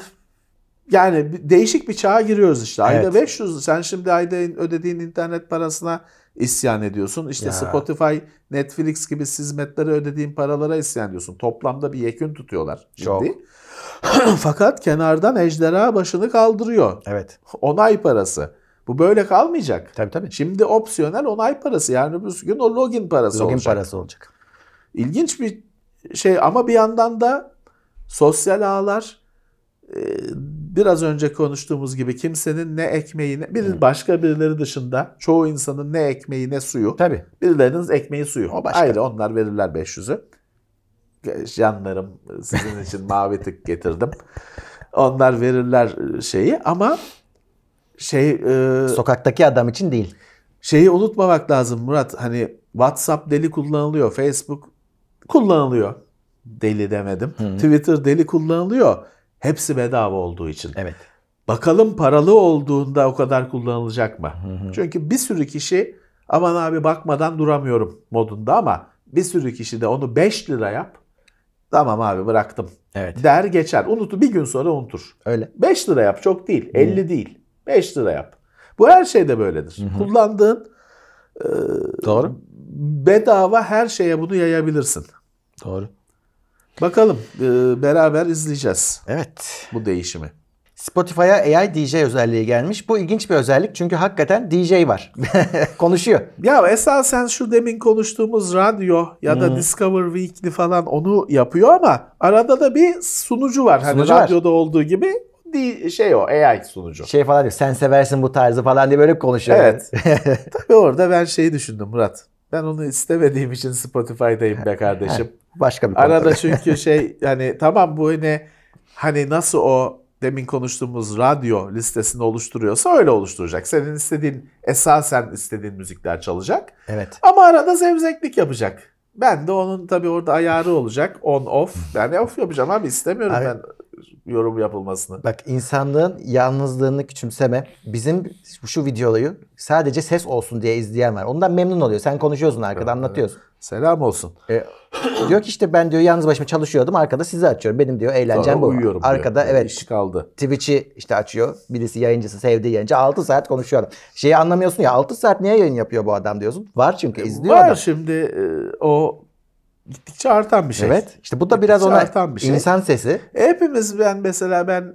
[SPEAKER 5] yani değişik bir çağa giriyoruz işte. Ayda 500, sen şimdi ayda ödediğin internet parasına isyan ediyorsun. İşte ya. Spotify, Netflix gibi hizmetlere ödediğin paralara isyan ediyorsun. Toplamda bir yekün tutuyorlar şimdi. Fakat kenardan ejderha başını kaldırıyor.
[SPEAKER 4] Evet.
[SPEAKER 5] Onay parası. Bu böyle kalmayacak.
[SPEAKER 4] Tabii.
[SPEAKER 5] Şimdi opsiyonel onay parası. Yani öbür gün o login parası olacak.
[SPEAKER 4] Login parası olacak.
[SPEAKER 5] İlginç bir şey ama bir yandan da sosyal ağlar biraz önce konuştuğumuz gibi kimsenin ne ekmeği ne başka birileri dışında çoğu insanın ne ekmeği ne suyu.
[SPEAKER 4] Tabii.
[SPEAKER 5] Birilerinin ekmeği suyu.
[SPEAKER 4] O başka.
[SPEAKER 5] Ayrı, onlar verirler 500'ü. Canlarım, sizin için mavi tık getirdim. Onlar verirler şeyi ama
[SPEAKER 4] sokaktaki adam için değil.
[SPEAKER 5] Şeyi unutmamak lazım Murat. Hani WhatsApp deli kullanılıyor. Facebook kullanılıyor. Deli demedim. Twitter deli kullanılıyor. Hepsi bedava olduğu için.
[SPEAKER 4] Evet.
[SPEAKER 5] Bakalım paralı olduğunda o kadar kullanılacak mı? Çünkü bir sürü kişi aman abi bakmadan duramıyorum modunda ama bir sürü kişi de onu 5 lira yap. Tamam abi bıraktım.
[SPEAKER 4] Evet.
[SPEAKER 5] Der geçer. Bir gün sonra unutur.
[SPEAKER 4] Öyle.
[SPEAKER 5] 5 lira yap, çok değil. 50 değil. 5 lira yap. Bu her şeyde böyledir. Kullandığın
[SPEAKER 4] doğru.
[SPEAKER 5] Bedava her şeye bunu yayabilirsin.
[SPEAKER 4] Doğru.
[SPEAKER 5] Bakalım beraber izleyeceğiz.
[SPEAKER 4] Evet.
[SPEAKER 5] Bu değişimi.
[SPEAKER 4] Spotify'a AI DJ özelliği gelmiş. Bu ilginç bir özellik çünkü hakikaten DJ var. Konuşuyor.
[SPEAKER 5] Ya esasen şu demin konuştuğumuz radyo ya da Discover Weekly falan onu yapıyor ama arada da bir sunucu var. Hani radyoda olduğu gibi o AI sunucu.
[SPEAKER 4] Şey falan diyor, sen seversin bu tarzı falan diye böyle konuşuyor.
[SPEAKER 5] Evet. Tabii orada ben şeyi düşündüm Murat. Ben onu istemediğim için Spotify'dayım be kardeşim.
[SPEAKER 4] Başka bir konu.
[SPEAKER 5] Arada çünkü yani tamam bu hani nasıl o demin konuştuğumuz radyo listesini oluşturuyorsa öyle oluşturacak. Senin esasen istediğin müzikler çalacak.
[SPEAKER 4] Evet.
[SPEAKER 5] Ama arada zevzeklik yapacak. Ben de onun tabii orada ayarı olacak. On off. Ben off yapacağım abi, istemiyorum ben yorum yapılmasını.
[SPEAKER 4] Bak, insanlığın yalnızlığını küçümseme. Bizim şu videoyu sadece ses olsun diye izleyen var. Ondan memnun oluyor. Sen konuşuyorsun arkada, anlatıyorsun.
[SPEAKER 5] Selam olsun.
[SPEAKER 4] Diyor ki işte ben diyor yalnız başıma çalışıyordum. Arkada sizi açıyorum. Benim diyor eğlencem
[SPEAKER 5] sonra
[SPEAKER 4] bu.
[SPEAKER 5] Uyuyorum
[SPEAKER 4] arkada
[SPEAKER 5] diyor.
[SPEAKER 4] Evet.
[SPEAKER 5] İş kaldı.
[SPEAKER 4] Twitch'i işte açıyor. Birisi yayıncısı, sevdiği yayıncı. 6 saat konuşuyorum. Şeyi anlamıyorsun ya, 6 saat niye yayın yapıyor bu adam diyorsun. Var çünkü izliyor
[SPEAKER 5] var
[SPEAKER 4] adam.
[SPEAKER 5] Şimdi o gittikçe artan bir şey.
[SPEAKER 4] Evet. İşte bu da biraz ona insan sesi.
[SPEAKER 5] Hepimiz ben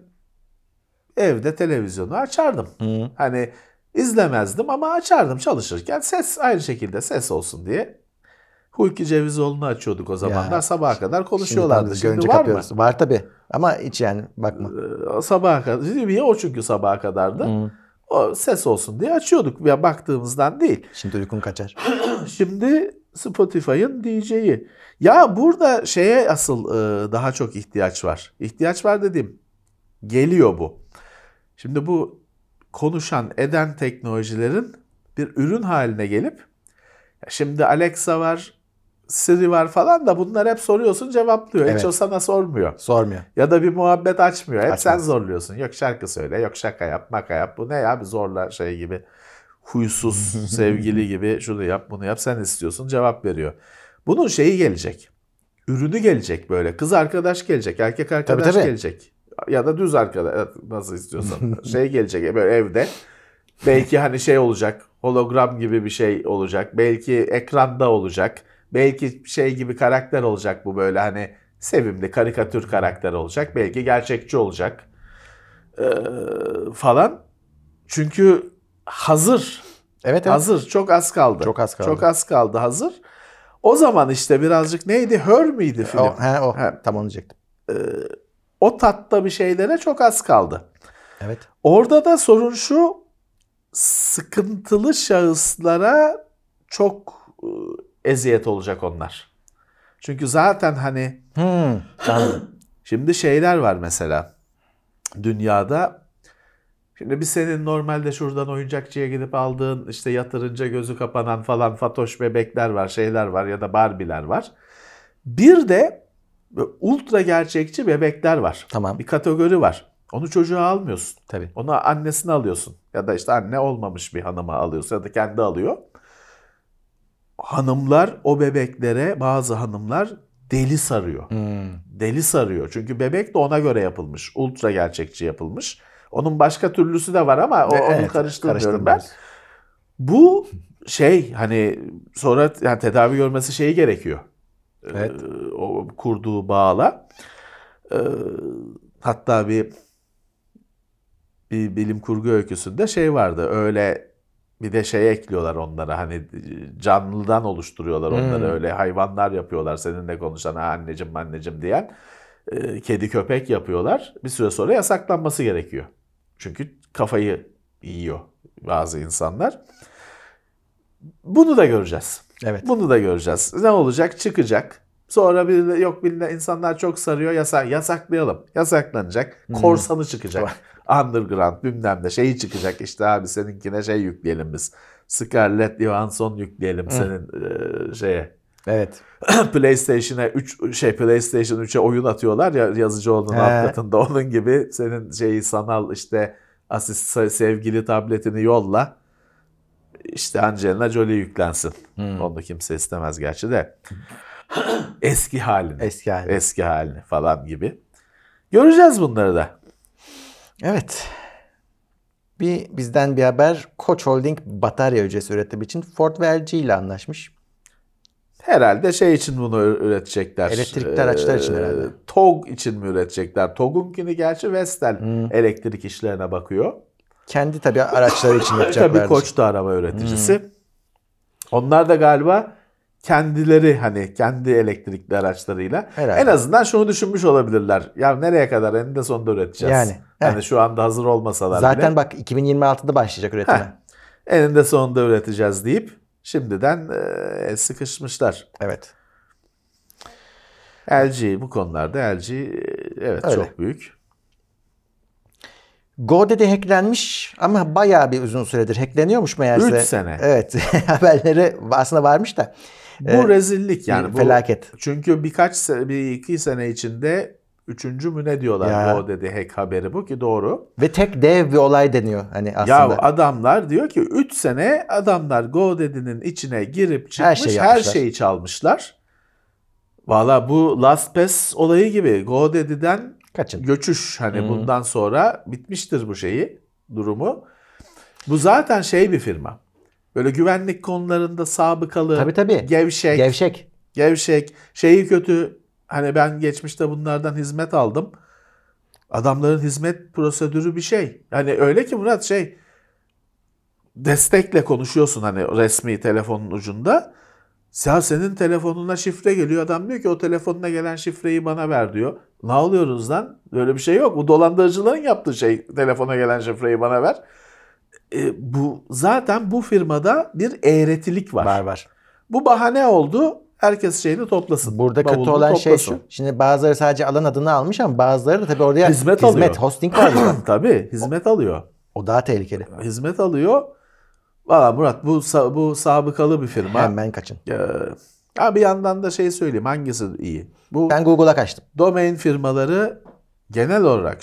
[SPEAKER 5] evde televizyonu açardım. Hani izlemezdim ama açardım çalışırken. Ses aynı şekilde ses olsun diye. Hulki Cevizoğlu'nu açıyorduk o zamanlar. Sabaha kadar konuşuyorlardı. Şimdi var mı?
[SPEAKER 4] Var tabii. Ama hiç yani bakma.
[SPEAKER 5] Sabaha kadar. O çünkü sabaha kadardı. O ses olsun diye açıyorduk. Ya baktığımızdan değil.
[SPEAKER 4] Şimdi uykun kaçar.
[SPEAKER 5] Şimdi Spotify'ın DJ'yi. Ya burada asıl daha çok ihtiyaç var. İhtiyaç var dediğim, geliyor bu. Şimdi bu konuşan eden teknolojilerin bir ürün haline gelip, şimdi Alexa var, Siri var falan da bunlar hep soruyorsun cevaplıyor.
[SPEAKER 4] Evet.
[SPEAKER 5] Hiç o sana sormuyor.
[SPEAKER 4] Sormuyor.
[SPEAKER 5] Ya da bir muhabbet açmıyor. Hep sen zorluyorsun. Yok şarkı söyle, yok şaka yap, maka yap. Bu ne ya, bir zorla gibi. Huysuz sevgili gibi şunu yap, bunu yap. Sen istiyorsun, cevap veriyor. Bunun gelecek. Ürünü gelecek böyle. Kız arkadaş gelecek, erkek arkadaş gelecek. Ya da düz arkadaş, nasıl istiyorsan. Gelecek böyle evde. Belki hani olacak, hologram gibi bir şey olacak. Belki ekranda olacak. Belki gibi karakter olacak bu, böyle hani sevimli karikatür karakter olacak. Belki gerçekçi olacak. Falan. Çünkü hazır.
[SPEAKER 4] Evet.
[SPEAKER 5] Hazır. Çok az kaldı. Çok az kaldı hazır. O zaman işte birazcık neydi? Her miydi film?
[SPEAKER 4] Tam onu diyecektim.
[SPEAKER 5] O tatta bir şeylere çok az kaldı.
[SPEAKER 4] Evet.
[SPEAKER 5] Orada da sorun şu, sıkıntılı şahıslara çok eziyet olacak onlar. Çünkü zaten hani şimdi var mesela dünyada Şimdi bir senin normalde şuradan oyuncakçıya gidip aldığın işte yatırınca gözü kapanan falan fatoş bebekler var, şeyler var ya da Barbie'ler var. Bir de ultra gerçekçi bebekler var.
[SPEAKER 4] Tamam.
[SPEAKER 5] Bir kategori var. Onu çocuğa almıyorsun.
[SPEAKER 4] Tabii.
[SPEAKER 5] Onu annesine alıyorsun. Ya da işte anne olmamış bir hanıma alıyorsun ya da kendi alıyor. Hanımlar o bebeklere, bazı hanımlar deli sarıyor. Deli sarıyor. Çünkü bebek de ona göre yapılmış. Ultra gerçekçi yapılmış. Onun başka türlüsü de var ama onu karıştırmıyorum ben. Bu hani sonra yani tedavi görmesi şeyi gerekiyor.
[SPEAKER 4] Evet.
[SPEAKER 5] O kurduğu bağla. Hatta bir bilim kurgu öyküsünde vardı. Öyle bir de ekliyorlar onlara. Hani canlıdan oluşturuyorlar onları. Öyle hayvanlar yapıyorlar. Seninle konuşan anneciğim diyen. Kedi köpek yapıyorlar. Bir süre sonra yasaklanması gerekiyor. Çünkü kafayı yiyor bazı insanlar. Bunu da göreceğiz.
[SPEAKER 4] Evet.
[SPEAKER 5] Bunu da göreceğiz. Ne olacak? Çıkacak. Sonra birine insanlar çok sarıyor. Yasaklayalım. Yasaklanacak. Korsanı çıkacak. Underground bilmem ne çıkacak. İşte abi seninkine yükleyelim biz. Scarlett Johansson yükleyelim senin şeye.
[SPEAKER 4] Evet.
[SPEAKER 5] PlayStation 3'e oyun atıyorlar ya Yazıcıoğlu'nun alt katında. Onun gibi senin sanal işte sevgili tabletini yolla. İşte Angelina Jolie yüklensin. Onu kimse istemez gerçi de. Eski halini falan gibi. Göreceğiz bunları da.
[SPEAKER 4] Evet. Bizden bir haber. Koç Holding batarya hücresi üretimi için Ford ve LG ile anlaşmış.
[SPEAKER 5] Herhalde için bunu üretecekler.
[SPEAKER 4] Elektrikli araçlar için herhalde.
[SPEAKER 5] TOG için mi üretecekler? TOG'unkini gerçi Vestel elektrik işlerine bakıyor.
[SPEAKER 4] Kendi tabii araçları için yapacaklardır.
[SPEAKER 5] Tabii Koç da araba üreticisi. Onlar da galiba kendileri kendi elektrikli araçlarıyla
[SPEAKER 4] herhalde.
[SPEAKER 5] En azından şunu düşünmüş olabilirler. Ya nereye kadar eninde sonunda üreteceğiz? Yani şu anda hazır olmasalar
[SPEAKER 4] zaten
[SPEAKER 5] bile.
[SPEAKER 4] Bak 2026'da başlayacak üretime.
[SPEAKER 5] Eninde sonunda üreteceğiz deyip şimdiden sıkışmışlar.
[SPEAKER 4] Evet.
[SPEAKER 5] LG bu konularda evet öyle. Çok büyük.
[SPEAKER 4] GoDaddy hacklenmiş ama bayağı bir uzun süredir hackleniyormuş meğerse.
[SPEAKER 5] 3 sene.
[SPEAKER 4] Evet. Haberleri aslında varmış da.
[SPEAKER 5] Bu rezillik yani. Bu
[SPEAKER 4] felaket.
[SPEAKER 5] Çünkü bir iki sene içinde 3. mü ne diyorlar GoDaddy hack haberi bu ki doğru.
[SPEAKER 4] Ve tek dev bir olay deniyor aslında.
[SPEAKER 5] Ya adamlar diyor ki 3 sene adamlar GoDaddy'nin içine girip çıkmış her şeyi çalmışlar. Valla bu LastPass olayı gibi GoDaddy'den göçüş bundan sonra bitmiştir bu durumu. Bu zaten bir firma. Böyle güvenlik konularında sabıkalı,
[SPEAKER 4] tabii.
[SPEAKER 5] Gevşek, şeyi kötü. Ben geçmişte bunlardan hizmet aldım. Adamların hizmet prosedürü bir şey. Öyle ki Murat destekle konuşuyorsun resmi telefonun ucunda. Ya senin telefonuna şifre geliyor. Adam diyor ki o telefonuna gelen şifreyi bana ver diyor. Ne oluyoruz lan? Böyle bir şey yok. Bu dolandırıcıların yaptığı telefona gelen şifreyi bana ver. Zaten bu firmada bir eğretilik var.
[SPEAKER 4] Var.
[SPEAKER 5] Bu bahane oldu. Herkes şeyini toplasın.
[SPEAKER 4] Burada kötü olan şu. Şimdi bazıları sadece alan adını almış ama bazıları da tabii oraya
[SPEAKER 5] hizmet alıyor.
[SPEAKER 4] Hosting var burada.
[SPEAKER 5] Tabii hizmet alıyor.
[SPEAKER 4] O daha tehlikeli.
[SPEAKER 5] Hizmet alıyor. Valla Murat bu sabıkalı bir firma.
[SPEAKER 4] Hemen kaçın.
[SPEAKER 5] Bir yandan da söyleyeyim hangisi iyi?
[SPEAKER 4] Ben Google'a kaçtım.
[SPEAKER 5] Domain firmaları genel olarak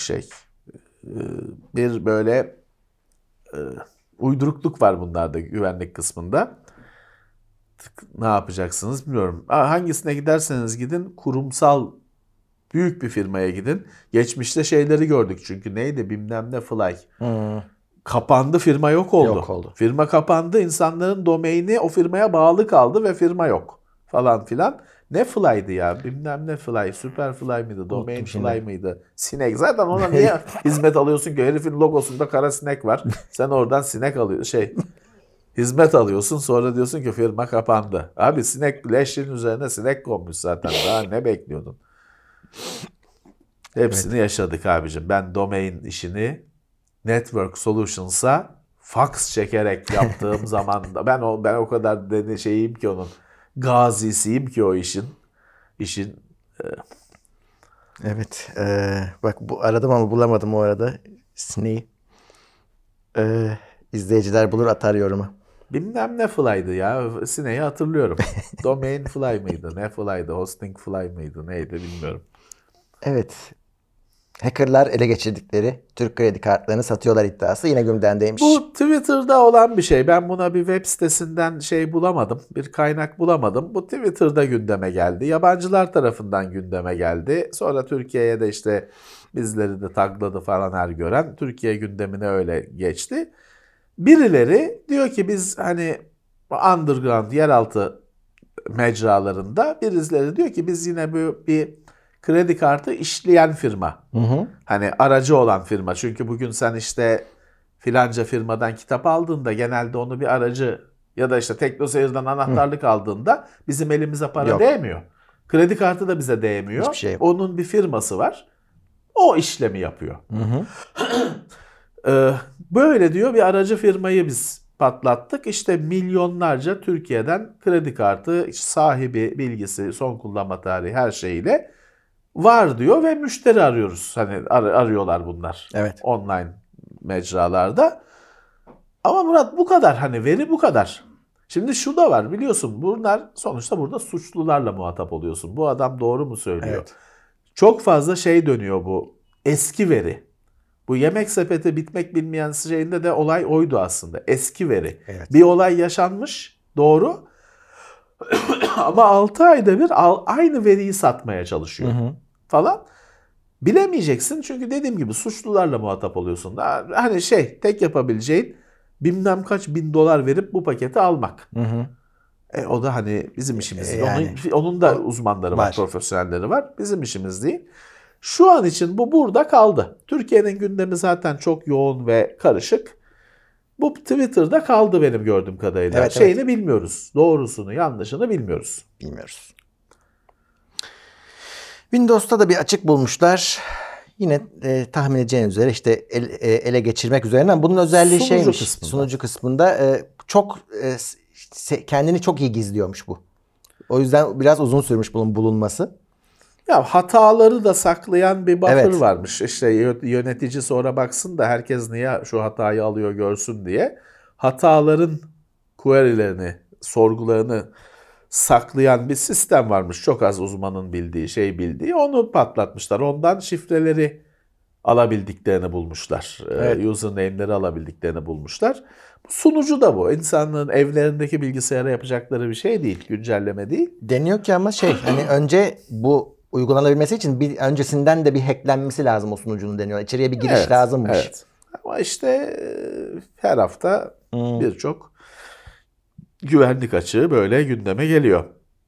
[SPEAKER 5] bir böyle uydurukluk var bunlarda güvenlik kısmında. Ne yapacaksınız bilmiyorum. Hangisine giderseniz gidin kurumsal büyük bir firmaya gidin. Geçmişte şeyleri gördük çünkü neydi bilmem ne Fly. Kapandı, firma yok oldu. Firma kapandı, insanların domaini o firmaya bağlı kaldı ve firma yok falan filan. Ne Fly'dı ya? Bilmem ne Fly, Superfly mıydı, Domain Fly mıydı? Sinek. Zaten ona niye hizmet alıyorsun ki? Herifin logosunda kara sinek var. Sen oradan sinek alıyorsun. Hizmet alıyorsun sonra diyorsun ki firma kapandı. Abi sinek leşin üzerine sinek konmuş zaten. Daha ne bekliyordun? Hepsini yaşadık abicim. Ben domain işini Network Solutions'a fax çekerek yaptığım zaman da ben o kadar şeyim ki onun gazisiyim ki o işin.
[SPEAKER 4] Evet. Bak aradım ama bulamadım o arada. Sineği. İzleyiciler bulur, atar yorumu.
[SPEAKER 5] Bilmem ne fly'dı ya. Sineği hatırlıyorum. Domain fly mıydı? Ne fly'dı? Hosting fly mıydı? Neydi bilmiyorum.
[SPEAKER 4] Evet. Hackerlar ele geçirdikleri Türk kredi kartlarını satıyorlar iddiası yine gündemdeymiş.
[SPEAKER 5] Bu Twitter'da olan bir şey. Ben buna bir web sitesinden bulamadım. Bir kaynak bulamadım. Bu Twitter'da gündeme geldi. Yabancılar tarafından gündeme geldi. Sonra Türkiye'ye de işte bizleri de tagladı falan her gören. Türkiye gündemine öyle geçti. Birileri diyor ki biz hani underground yeraltı mecralarında, birileri diyor ki biz yine bir kredi kartı işleyen firma. Hani aracı olan firma. Çünkü bugün sen işte filanca firmadan kitap aldığında genelde onu bir aracı ya da işte TeknoSeyir'den anahtarlık aldığında bizim elimize para değmiyor. Kredi kartı da bize değmiyor.
[SPEAKER 4] Hiçbir şey yok.
[SPEAKER 5] Onun bir firması var. O işlemi yapıyor. Böyle diyor, bir aracı firmayı biz patlattık. İşte milyonlarca Türkiye'den kredi kartı sahibi, bilgisi, son kullanma tarihi her şeyiyle var diyor ve müşteri arıyoruz. Hani arıyorlar bunlar.
[SPEAKER 4] Evet.
[SPEAKER 5] Online mecralarda. Ama Murat bu kadar, hani veri bu kadar. Şimdi şu da var, biliyorsun bunlar sonuçta burada suçlularla muhatap oluyorsun. Bu adam doğru mu söylüyor?
[SPEAKER 4] Evet.
[SPEAKER 5] Çok fazla dönüyor bu eski veri. Bu Yemek Sepeti bitmek bilmeyen şeyinde de olay oydu aslında. Eski veri.
[SPEAKER 4] Evet.
[SPEAKER 5] Bir olay yaşanmış, doğru. Ama 6 ayda bir aynı veriyi satmaya çalışıyor falan. Bilemeyeceksin çünkü dediğim gibi suçlularla muhatap oluyorsun. Hani tek yapabileceğin bilmem kaç bin dolar verip bu paketi almak. O da hani bizim işimiz değil.
[SPEAKER 4] Yani,
[SPEAKER 5] onun da uzmanları var, profesyonelleri var. Bizim işimiz değil. Şu an için bu burada kaldı. Türkiye'nin gündemi zaten çok yoğun ve karışık. Bu Twitter'da kaldı benim gördüğüm kadarıyla.
[SPEAKER 4] Evet,
[SPEAKER 5] bilmiyoruz. Doğrusunu, yanlışını bilmiyoruz.
[SPEAKER 4] Bilmiyoruz. Windows'ta da bir açık bulmuşlar. Yine tahmin edeceğiniz üzere işte ele geçirmek üzerinden. Bunun özelliği sunucu kısmında çok kendini çok iyi gizliyormuş bu. O yüzden biraz uzun sürmüş bunun bulunması.
[SPEAKER 5] Ya hataları da saklayan bir buffer varmış. İşte yönetici sonra baksın da herkes niye şu hatayı alıyor görsün diye. Hataların query'lerini, sorgularını saklayan bir sistem varmış. Çok az uzmanın bildiği, bildiği. Onu patlatmışlar. Ondan şifreleri alabildiklerini bulmuşlar.
[SPEAKER 4] Evet.
[SPEAKER 5] Username'leri alabildiklerini bulmuşlar. Sunucu da bu. İnsanların evlerindeki bilgisayara yapacakları bir şey değil. Güncelleme değil.
[SPEAKER 4] Deniyor ki ama hani önce bu uygulanabilmesi için öncesinden de bir hacklenmesi lazım o sunucunun deniyor. İçeriye bir giriş lazımmış.
[SPEAKER 5] Evet. Ama işte her hafta birçok güvenlik açığı böyle gündeme geliyor.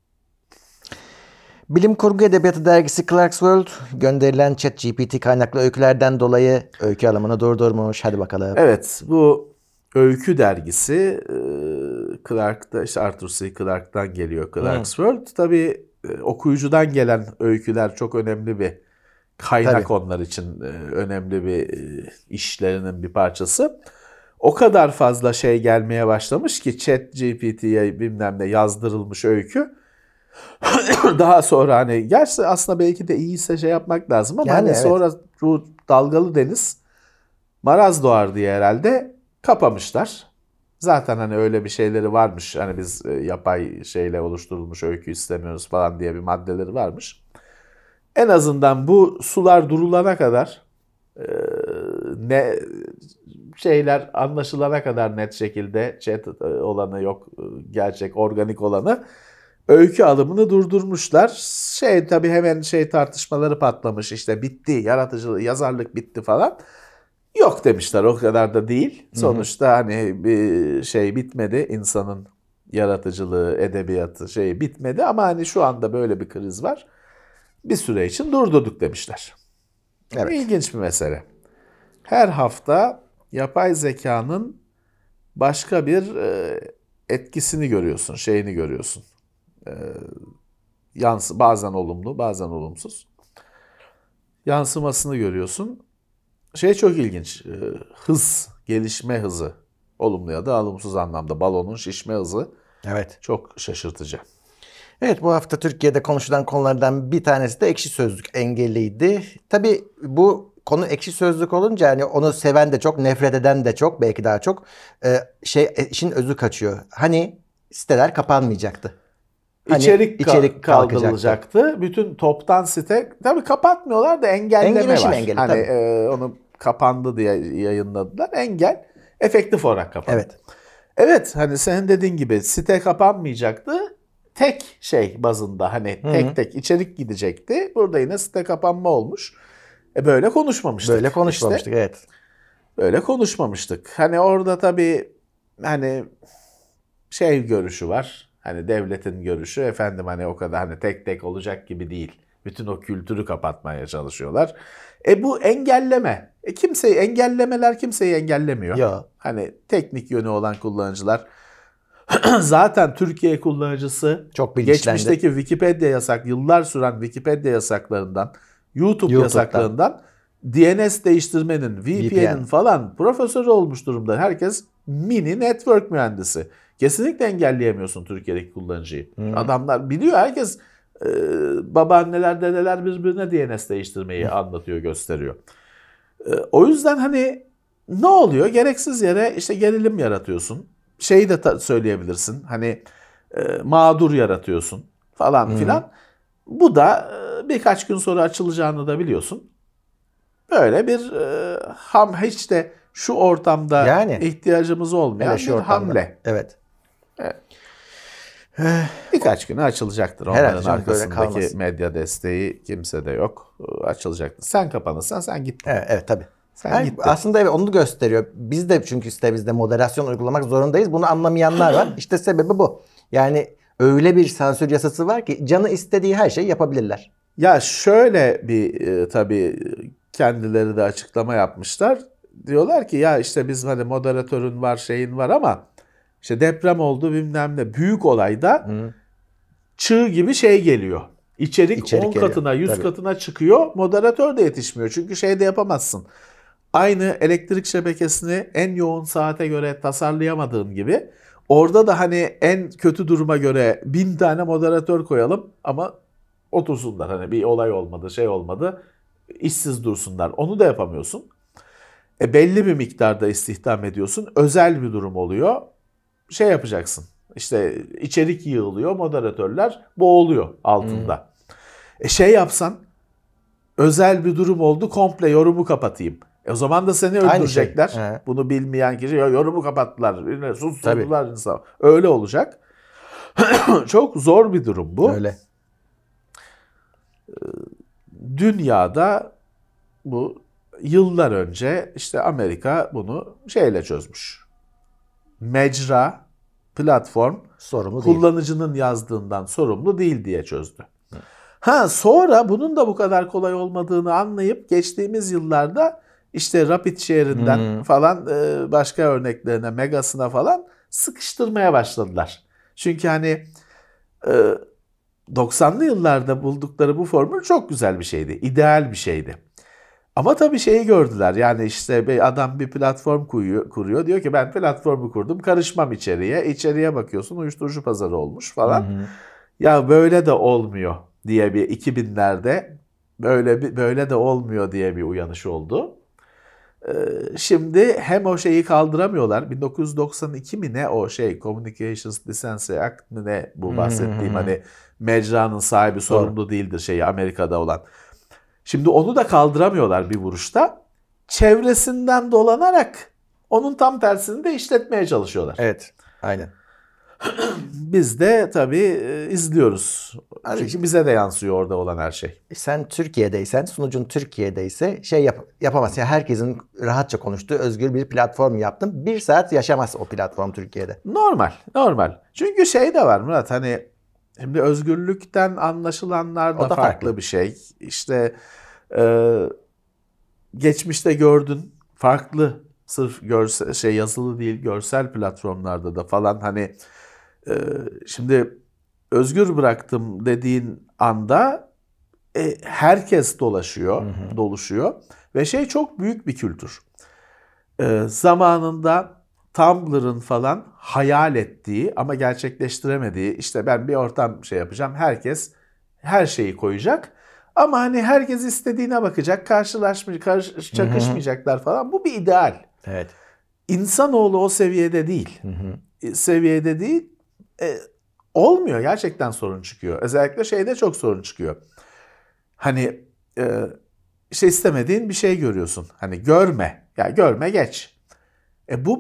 [SPEAKER 4] Bilim Kurgu Edebiyatı dergisi Clarkesworld gönderilen ChatGPT kaynaklı öykülerden dolayı öykü alımını durdurmuş. Hadi bakalım.
[SPEAKER 5] Evet, bu öykü dergisi Clark'ta, işte Arthur C. Clarke'dan geliyor Clarkesworld. Tabii okuyucudan gelen öyküler çok önemli bir kaynak onlar için. Önemli bir işlerinin bir parçası. O kadar fazla gelmeye başlamış ki ChatGPT'ye bilmem ne yazdırılmış öykü. Daha sonra hani gerçi aslında belki de iyiyse yapmak lazım ama
[SPEAKER 4] yani
[SPEAKER 5] sonra bu dalgalı deniz maraz doğar diye herhalde kapamışlar. Zaten hani öyle bir şeyleri varmış. Hani biz yapay oluşturulmuş öykü istemiyoruz falan diye bir maddeleri varmış. En azından bu sular durulana kadar anlaşılana kadar net şekilde chat olanı yok, gerçek organik olanı öykü alımını durdurmuşlar. Tabii hemen tartışmaları patlamış, işte bitti, yaratıcılık, yazarlık bitti falan. Yok demişler, o kadar da değil. Sonuçta hani bir bitmedi, insanın yaratıcılığı, edebiyatı bitmedi ama hani şu anda böyle bir kriz var. Bir süre için durdurduk demişler.
[SPEAKER 4] Evet.
[SPEAKER 5] İlginç bir mesele. Her hafta yapay zekanın başka bir etkisini görüyorsun, görüyorsun. Bazen olumlu, bazen olumsuz. Yansımasını görüyorsun. Çok ilginç. Hız, gelişme hızı. Olumlu ya da olumsuz anlamda. Balonun şişme hızı.
[SPEAKER 4] Evet.
[SPEAKER 5] Çok şaşırtıcı.
[SPEAKER 4] Evet, bu hafta Türkiye'de konuşulan konulardan bir tanesi de Ekşi Sözlük engelliydi. Tabii bu konu Ekşi Sözlük olunca hani onu seven de çok, nefret eden de çok, belki daha çok işin özü kaçıyor. Hani siteler kapanmayacaktı. Hani
[SPEAKER 5] içerik kaldırılacaktı. Bütün toptan site tabii kapatmıyorlar da engelleme var.
[SPEAKER 4] Engeli,
[SPEAKER 5] hani onu kapandı diye yayınladılar. Engel efektif olarak kapandı.
[SPEAKER 4] Evet.
[SPEAKER 5] Evet, hani senin dediğin gibi site kapanmayacaktı. Tek şey bazında hani tek içerik gidecekti. Burada yine site kapanma olmuş. Böyle konuşmamıştık.
[SPEAKER 4] Evet.
[SPEAKER 5] Böyle konuşmamıştık. Hani orada tabii hani görüşü var. Hani devletin görüşü efendim hani o kadar hani tek olacak gibi değil. Bütün o kültürü kapatmaya çalışıyorlar. Bu engelleme. Engellemeler kimseyi engellemiyor.
[SPEAKER 4] Ya.
[SPEAKER 5] Hani teknik yönü olan kullanıcılar zaten Türkiye kullanıcısı
[SPEAKER 4] çok bilinçlendi.
[SPEAKER 5] Geçmişteki Wikipedia yıllar süren Wikipedia yasaklarından, YouTube'dan yasaklarından DNS değiştirmenin, VPN'in falan profesörü olmuş durumda. Herkes mini network mühendisi. Kesinlikle engelleyemiyorsun Türkiye'deki kullanıcıyı. Adamlar biliyor, herkes babaanneler, dedeler birbirine DNS değiştirmeyi anlatıyor, gösteriyor. O yüzden hani ne oluyor? Gereksiz yere işte gerilim yaratıyorsun. Şeyi de söyleyebilirsin. Hani mağdur yaratıyorsun falan filan. Bu da birkaç gün sonra açılacağını da biliyorsun. Böyle bir hiç de şu ortamda yani, ihtiyacımız olmayan bir hamle.
[SPEAKER 4] Evet.
[SPEAKER 5] Birkaç güne açılacaktır. Onların arkasındaki medya desteği kimsede yok. Açılacaktır. Sen kapanırsan sen gittin.
[SPEAKER 4] Evet tabii. Aslında evet, onu gösteriyor. Biz de çünkü sitemizde moderasyon uygulamak zorundayız. Bunu anlamayanlar var. İşte sebebi bu. Yani öyle bir sansür yasası var ki canı istediği her şeyi yapabilirler.
[SPEAKER 5] Ya şöyle bir tabii kendileri de açıklama yapmışlar. Diyorlar ki ya işte biz hani moderatörün var, şeyin var ama işte deprem oldu bilmem ne. Büyük olayda çığ gibi geliyor. İçerik 10 katına 100 katına çıkıyor. Moderatör de yetişmiyor. Çünkü de yapamazsın. Aynı elektrik şebekesini en yoğun saate göre tasarlayamadığın gibi orada da hani en kötü duruma göre 1000 tane moderatör koyalım ama otursunlar. Hani bir olay olmadı, olmadı, işsiz dursunlar. Onu da yapamıyorsun. Belli bir miktarda istihdam ediyorsun. Özel bir durum oluyor. Yapacaksın. İşte içerik yığılıyor, moderatörler boğuluyor altında. Yapsan, özel bir durum oldu, komple yorumu kapatayım. O zaman da seni öldürecekler. Bunu bilmeyen kişi yorumu kapattılar, susturdular insan. Öyle olacak. Çok zor bir durum bu.
[SPEAKER 4] Öyle.
[SPEAKER 5] Dünyada bu yıllar önce işte Amerika bunu çözmüş. Mecra, platform
[SPEAKER 4] sorumlu
[SPEAKER 5] kullanıcının yazdığından sorumlu değil diye çözdü. Sonra bunun da bu kadar kolay olmadığını anlayıp geçtiğimiz yıllarda işte RapidShare'inden falan başka örneklerine, Megas'ına falan sıkıştırmaya başladılar. Çünkü hani 90'lı yıllarda buldukları bu formül çok güzel bir şeydi, ideal bir şeydi. Ama tabii gördüler, yani işte bir adam bir platform kuruyor, diyor ki ben platformu kurdum, karışmam içeriye bakıyorsun uyuşturucu pazarı olmuş falan. Ya böyle de olmuyor diye bir 2000'lerde böyle de olmuyor diye bir uyanış oldu. Şimdi hem o kaldıramıyorlar, 1992 mi ne o Communications License Act mi ne bu bahsettiğim hani mecranın sahibi sorumlu değildir Amerika'da olan. Şimdi onu da kaldıramıyorlar bir vuruşta. Çevresinden dolanarak onun tam tersini de işletmeye çalışıyorlar.
[SPEAKER 4] Evet, aynen.
[SPEAKER 5] Biz de tabii izliyoruz. Çünkü bize de yansıyor orada olan her şey.
[SPEAKER 4] Sen Türkiye'deysen, sunucun Türkiye'deyse yapamazsın. Yani herkesin rahatça konuştuğu özgür bir platform yaptın. 1 saat yaşamaz o platform Türkiye'de.
[SPEAKER 5] Normal. Çünkü de var Murat, hani şimdi özgürlükten anlaşılanlar da farklı bir şey. İşte geçmişte gördün farklı, sırf görsel, yazılı değil görsel platformlarda da falan hani şimdi özgür bıraktım dediğin anda herkes doluşuyor ve çok büyük bir kültür. Zamanında Tumblr'ın falan hayal ettiği ama gerçekleştiremediği, işte ben bir ortam yapacağım, herkes her şeyi koyacak Ama hani herkes istediğine bakacak, çakışmayacaklar falan. Bu bir ideal.
[SPEAKER 4] Evet.
[SPEAKER 5] İnsanoğlu o seviyede değil. Seviyede değil. Olmuyor. Gerçekten sorun çıkıyor. Özellikle şeyde çok sorun çıkıyor. Hani işte istemediğin bir şey görüyorsun. Hani görme. Ya görme geç. Bu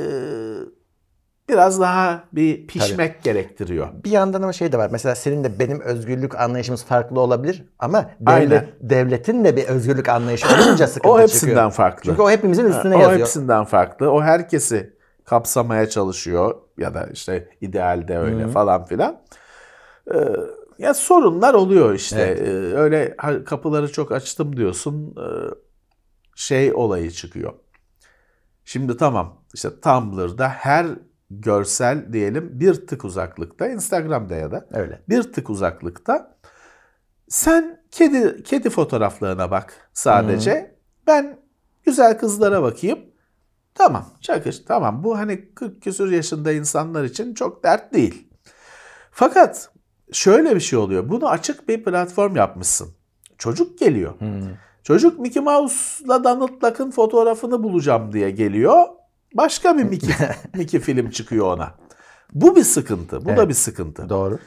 [SPEAKER 5] biraz daha bir pişmek gerektiriyor.
[SPEAKER 4] Bir yandan ama şey de var. Mesela senin de benim özgürlük anlayışımız farklı olabilir ama devletin de bir özgürlük anlayışı olunca sıkıntı çıkıyor.
[SPEAKER 5] O hepsinden farklı.
[SPEAKER 4] Çünkü o hepimizin üstüne yazıyor.
[SPEAKER 5] O hepsinden farklı. O herkesi kapsamaya çalışıyor ya da işte idealde öyle falan filan. Ya sorunlar oluyor işte.
[SPEAKER 4] Evet.
[SPEAKER 5] Öyle kapıları çok açtım diyorsun. Şey olayı çıkıyor. Şimdi tamam işte Tumblr'da her görsel diyelim bir tık uzaklıkta, Instagram'da ya da
[SPEAKER 4] öyle.
[SPEAKER 5] Bir tık uzaklıkta. Sen kedi fotoğraflarına bak sadece. Ben güzel kızlara bakayım. Tamam, tamam. Bu hani 40 küsur yaşında insanlar için çok dert değil. Fakat şöyle bir şey oluyor. Bunu açık bir platform yapmışsın. Çocuk geliyor. Çocuk Mickey Mouse'la Donald Duck'ın fotoğrafını bulacağım diye geliyor. Başka bir Mickey film çıkıyor ona. Bu bir sıkıntı. Bu da bir sıkıntı.
[SPEAKER 4] Doğru.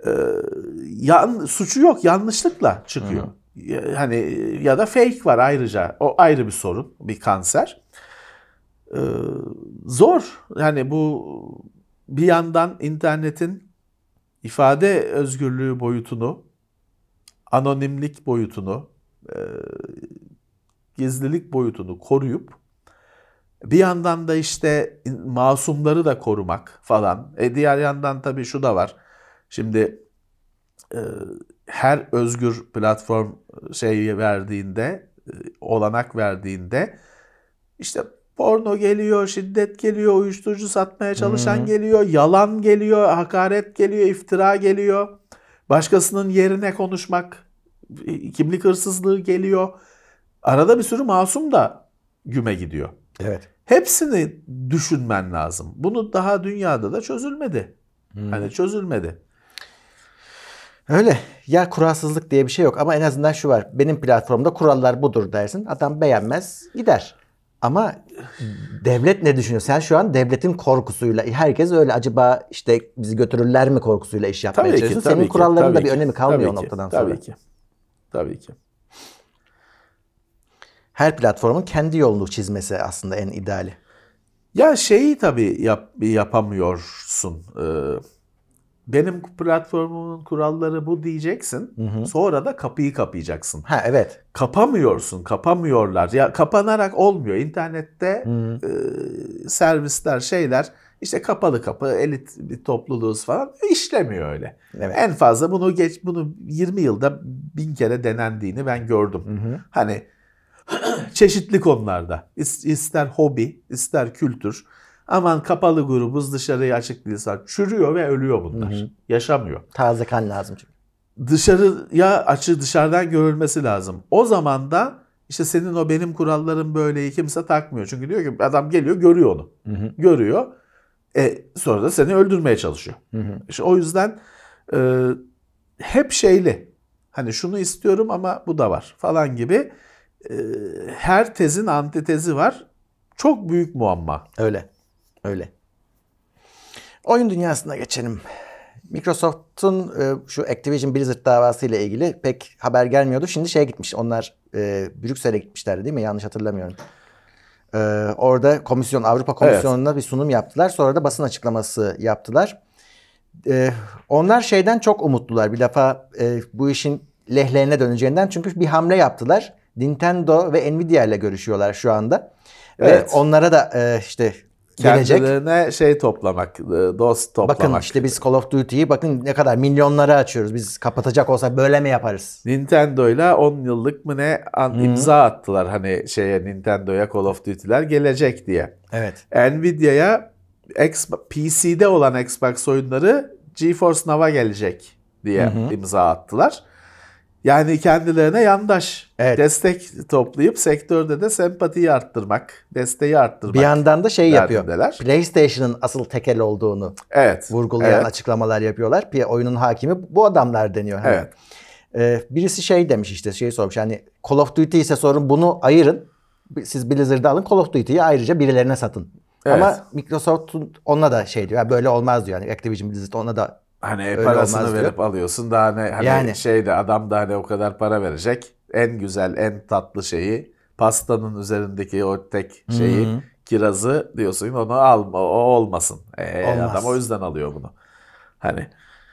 [SPEAKER 5] Suçu yok. Yanlışlıkla çıkıyor. Hani ya da fake var ayrıca. O ayrı bir sorun. Bir kanser. Zor. Yani bu bir yandan internetin ifade özgürlüğü boyutunu, anonimlik boyutunu, gizlilik boyutunu koruyup bir yandan da işte masumları da korumak falan. Diğer yandan tabii şu da var. Şimdi her özgür platform olanak verdiğinde işte porno geliyor, şiddet geliyor, uyuşturucu satmaya çalışan geliyor, yalan geliyor, hakaret geliyor, iftira geliyor. Başkasının yerine konuşmak, kimlik hırsızlığı geliyor. Arada bir sürü masum da güme gidiyor.
[SPEAKER 4] Evet.
[SPEAKER 5] Hepsini düşünmen lazım. Bunu daha dünyada da çözülmedi. Hani çözülmedi.
[SPEAKER 4] Öyle. Ya kuralsızlık diye bir şey yok ama en azından şu var. Benim platformda kurallar budur dersin. Adam beğenmez gider. Ama devlet ne düşünüyor? Sen şu an devletin korkusuyla, herkes öyle acaba işte bizi götürürler mi korkusuyla iş yapmaya çalışıyorsun. Senin kuralların da bir önemi kalmıyor o noktadan sonra.
[SPEAKER 5] Tabii ki.
[SPEAKER 4] Her platformun kendi yolunu çizmesi aslında en ideali.
[SPEAKER 5] Ya şeyi tabii yapamıyorsun. Benim platformumun kuralları bu diyeceksin. Sonra da kapıyı kapayacaksın.
[SPEAKER 4] Ha evet.
[SPEAKER 5] Kapamıyorlar. Ya kapanarak olmuyor. İnternette servisler, şeyler işte kapalı kapı, elit bir topluluğuz falan işlemiyor öyle.
[SPEAKER 4] Evet.
[SPEAKER 5] En fazla bunu 20 yılda 1000 kere denendiğini ben gördüm. Hani çeşitli konularda. İster hobi, ister kültür. Aman kapalı grubuz, dışarıya açık değilse çürüyor ve ölüyor bunlar. Yaşamıyor.
[SPEAKER 4] Taze kan lazım çünkü.
[SPEAKER 5] Dışarıdan görülmesi lazım. O zaman da işte senin o benim kurallarım böyleyi kimse takmıyor. Çünkü diyor ki adam geliyor görüyor onu. Görüyor. Sonra da seni öldürmeye çalışıyor. İşte o yüzden hep şeyli. Hani şunu istiyorum ama bu da var falan gibi. Her tezin antitezi var. Çok büyük muamma.
[SPEAKER 4] Öyle. Oyun dünyasına geçelim. Microsoft'un şu Activision Blizzard davası ile ilgili pek haber gelmiyordu. Şimdi gitmiş. Onlar Brüksel'e gitmişlerdi değil mi? Yanlış hatırlamıyorum. Orada Avrupa Komisyonu'na bir sunum yaptılar. Sonra da basın açıklaması yaptılar. Onlar şeyden çok umutlular. Bir defa bu işin lehlerine döneceğinden. Çünkü bir hamle yaptılar. Nintendo ve Nvidia ile görüşüyorlar şu anda.
[SPEAKER 5] Evet.
[SPEAKER 4] Ve onlara da gelecek.
[SPEAKER 5] Kendilerine toplamak, dost toplamak.
[SPEAKER 4] Bakın işte biz Call of Duty'yi bakın ne kadar milyonlara açıyoruz. Biz kapatacak olsak böyle mi yaparız?
[SPEAKER 5] Nintendo'yla 10 yıllık mı ne imza attılar hani Nintendo'ya Call of Duty'ler gelecek diye.
[SPEAKER 4] Evet.
[SPEAKER 5] Nvidia'ya PC'de olan Xbox oyunları GeForce Now'a gelecek diye imza attılar. Yani kendilerine yandaş, destek toplayıp sektörde de sempatiyi arttırmak, desteği arttırmak.
[SPEAKER 4] Bir yandan da yapıyor.
[SPEAKER 5] Derdindeler.
[SPEAKER 4] PlayStation'ın asıl tekel olduğunu vurgulayan açıklamalar yapıyorlar. Oyunun hakimi bu adamlar deniyor.
[SPEAKER 5] Evet.
[SPEAKER 4] Birisi şey demiş işte şey sormuş hani Call of Duty ise sorun bunu ayırın. Siz Blizzard'ı alın Call of Duty'yi ayrıca birilerine satın. Evet. Ama Microsoft'un onunla da şey diyor. Yani böyle olmaz diyor. Yani Activision Blizzard ona da
[SPEAKER 5] hani parasını verip alıyorsun da hani yani, şeyde adam da hani o kadar para verecek. En güzel, en tatlı şeyi pastanın üzerindeki o tek şeyi kirazı diyorsun onu alma o olmasın. Adam o yüzden alıyor bunu. Hani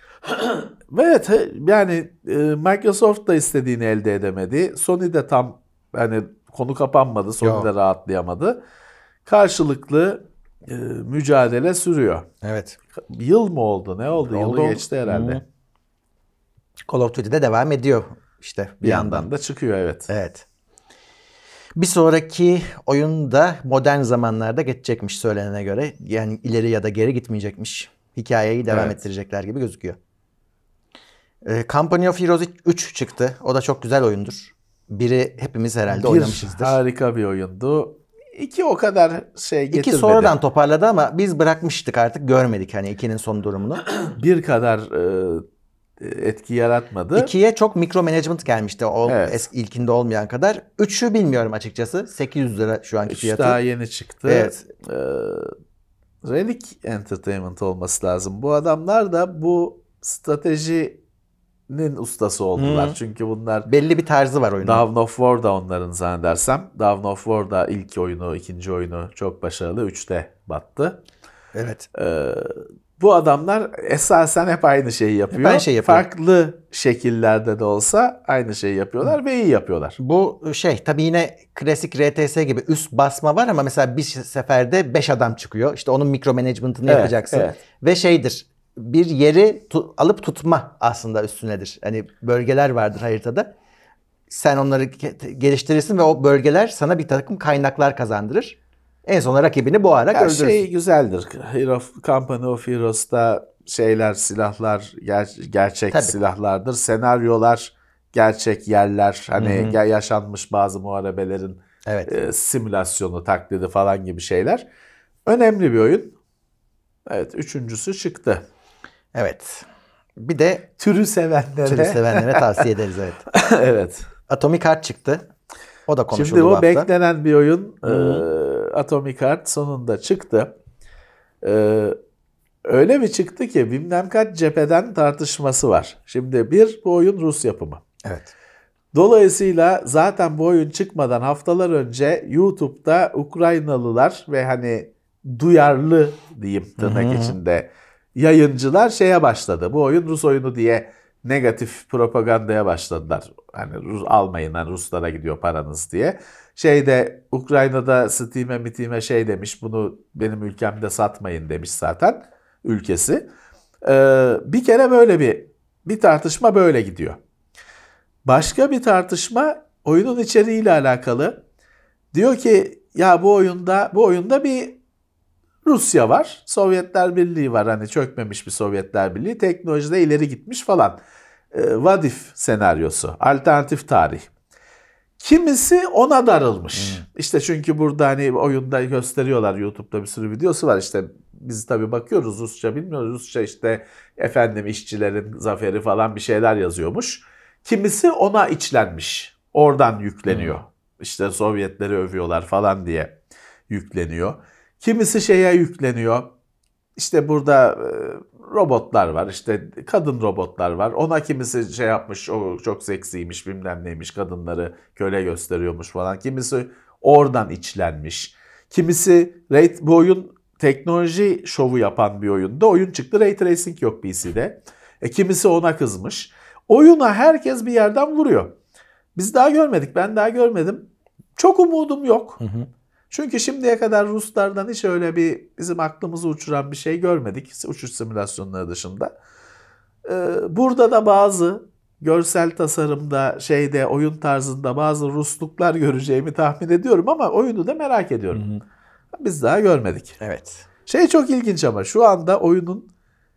[SPEAKER 5] evet yani Microsoft da istediğini elde edemedi. Sony de tam hani konu kapanmadı. Sony de rahatlayamadı. Karşılıklı mücadele sürüyor.
[SPEAKER 4] Evet.
[SPEAKER 5] Yıl mı oldu? Ne oldu? Yılı geçti herhalde.
[SPEAKER 4] Call of Duty'de devam ediyor işte
[SPEAKER 5] bir yandan da çıkıyor evet.
[SPEAKER 4] Evet. Bir sonraki oyunda modern zamanlarda geçecekmiş söylenene göre. Yani ileri ya da geri gitmeyecekmiş. Hikayeyi devam ettirecekler gibi gözüküyor. Company of Heroes 3 çıktı. O da çok güzel oyundur. Biri hepimiz herhalde oynamışızdır.
[SPEAKER 5] Harika bir oyundu. 2 o kadar şey getirmedi.
[SPEAKER 4] 2 sonradan toparladı ama biz bırakmıştık artık görmedik hani 2'nin son durumunu.
[SPEAKER 5] Bir kadar etki yaratmadı.
[SPEAKER 4] 2'ye çok mikro management gelmişti. O ilkinde olmayan kadar. 3'ü bilmiyorum açıkçası. 800 lira şu anki fiyatı.
[SPEAKER 5] 3 daha yeni çıktı.
[SPEAKER 4] Evet.
[SPEAKER 5] Relic Entertainment olması lazım. Bu adamlar da bu stratejinin ustası oldular. Çünkü bunlar
[SPEAKER 4] belli bir tarzı var oyunun.
[SPEAKER 5] Dawn of War da onların zannedersem. Dawn of War da ilk oyunu, ikinci oyunu çok başarılı. 3'te battı.
[SPEAKER 4] Evet.
[SPEAKER 5] Bu adamlar esasen hep aynı şeyi yapıyor.
[SPEAKER 4] Hep aynı şeyi yapıyor.
[SPEAKER 5] Farklı şekillerde de olsa aynı şeyi yapıyorlar ve iyi yapıyorlar.
[SPEAKER 4] Bu tabii yine klasik RTS gibi üst basma var ama mesela bir seferde 5 adam çıkıyor. İşte onun mikro management'ını yapacaksın. Evet. Ve bir yeri alıp tutma aslında üstünedir. Hani bölgeler vardır haritada. Sen onları geliştirirsin ve o bölgeler sana bir takım kaynaklar kazandırır. En sonunda rakibini boğarak öldürürsün.
[SPEAKER 5] Şey güzeldir. Company of Heroes'ta silahlar gerçek silahlardır. Senaryolar gerçek yerler. Hani yaşanmış bazı muharebelerin simülasyonu, taklidi falan gibi şeyler. Önemli bir oyun. Evet, 3.'sü çıktı.
[SPEAKER 4] Evet. Bir de
[SPEAKER 5] türü sevenlere
[SPEAKER 4] tavsiye ederiz evet.
[SPEAKER 5] Evet.
[SPEAKER 4] Atomic Heart çıktı. O da konuşuldu.
[SPEAKER 5] Şimdi
[SPEAKER 4] bu
[SPEAKER 5] o
[SPEAKER 4] hafta.
[SPEAKER 5] beklenen bir oyun. Atomic Heart sonunda çıktı. Öyle bir çıktı ki bilmem kaç cepheden tartışması var. Şimdi bu oyun Rus yapımı.
[SPEAKER 4] Evet.
[SPEAKER 5] Dolayısıyla zaten bu oyun çıkmadan haftalar önce YouTube'da Ukraynalılar ve hani duyarlı diyeyim tırnak içinde yayıncılar başladı. Bu oyun Rus oyunu diye negatif propagandaya başladılar. Hani almayın hani Ruslara gidiyor paranız diye. Ukrayna'da Steam'e demiş bunu benim ülkemde satmayın demiş zaten ülkesi. Bir kere böyle bir tartışma böyle gidiyor. Başka bir tartışma oyunun içeriğiyle alakalı. Diyor ki ya bu oyunda bir Rusya var, Sovyetler Birliği var. Hani çökmemiş bir Sovyetler Birliği, teknolojide ileri gitmiş falan. What if senaryosu, alternatif tarih. Kimisi ona darılmış. İşte çünkü burada hani oyunda gösteriyorlar, YouTube'da bir sürü videosu var. İşte biz tabii bakıyoruz, Rusça bilmiyoruz. Rusça işçilerin zaferi falan bir şeyler yazıyormuş. Kimisi ona içlenmiş. Oradan yükleniyor. İşte Sovyetleri övüyorlar falan diye yükleniyor. Kimisi yükleniyor. İşte burada robotlar var. İşte kadın robotlar var. Ona kimisi yapmış. O çok seksiymiş, bilmem neymiş. Kadınları köle gösteriyormuş falan. Kimisi oradan içlenmiş. Kimisi bu oyun teknoloji şovu yapan bir oyunda. Oyun çıktı. Ray Tracing yok PC'de. Kimisi ona kızmış. Oyuna herkes bir yerden vuruyor. Biz daha görmedik. Ben daha görmedim. Çok umudum yok. Çünkü şimdiye kadar Ruslardan hiç öyle bizim aklımızı uçuran bir şey görmedik. Uçuş simülasyonları dışında. Burada da bazı görsel tasarımda, oyun tarzında bazı Rusluklar göreceğimi tahmin ediyorum ama oyunu da merak ediyorum. Biz daha görmedik.
[SPEAKER 4] Evet.
[SPEAKER 5] Çok ilginç ama şu anda oyunun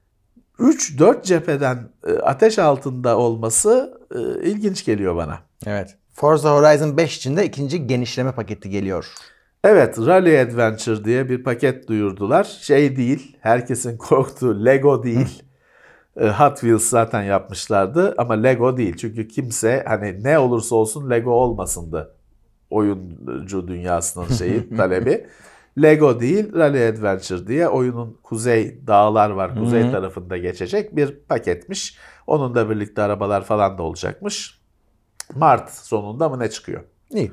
[SPEAKER 5] 3-4 cepheden ateş altında olması ilginç geliyor bana.
[SPEAKER 4] Evet. Forza Horizon 5 için de ikinci genişleme paketi geliyor.
[SPEAKER 5] Evet, Rally Adventure diye bir paket duyurdular. Değil, herkesin korktuğu Lego değil. Hot Wheels zaten yapmışlardı ama Lego değil. Çünkü kimse hani ne olursa olsun Lego olmasındı. Oyuncu dünyasının talebi. Lego değil, Rally Adventure diye oyunun kuzey dağlar var. Kuzey tarafında geçecek bir paketmiş. Onunla birlikte arabalar falan da olacakmış. Mart sonunda mı ne çıkıyor?
[SPEAKER 4] İyi.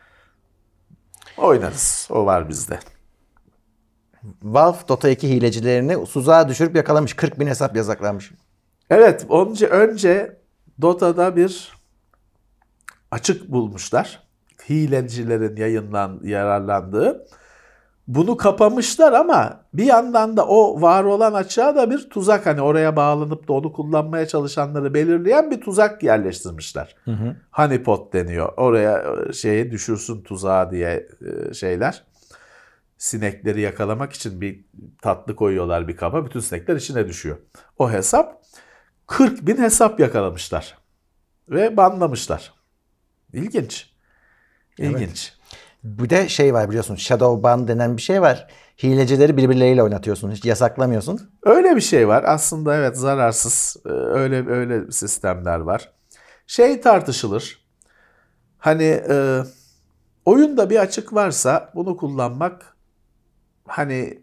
[SPEAKER 5] Oynarız. O var bizde.
[SPEAKER 4] Valve Dota 2 hilecilerini tuzağa düşürüp yakalamış. 40.000 hesap yasaklanmış.
[SPEAKER 5] Evet, önce Dota'da bir açık bulmuşlar. Hilecilerin yararlandığı. Bunu kapamışlar ama bir yandan da o var olan açığa da bir tuzak, hani oraya bağlanıp da onu kullanmaya çalışanları belirleyen bir tuzak yerleştirmişler. Honeypot deniyor. Oraya düşürsün tuzağa diye şeyler. Sinekleri yakalamak için bir tatlı koyuyorlar bir kaba. Bütün sinekler içine düşüyor. O hesap 40.000 hesap yakalamışlar. Ve banlamışlar. İlginç. İlginç.
[SPEAKER 4] Evet. Bir de şey var biliyorsun. Shadow ban denen bir şey var. Hilecileri birbirleriyle oynatıyorsun. Hiç yasaklamıyorsun.
[SPEAKER 5] Öyle bir şey var. Aslında evet, zararsız. Öyle sistemler var. Tartışılır. Hani oyunda bir açık varsa bunu kullanmak hani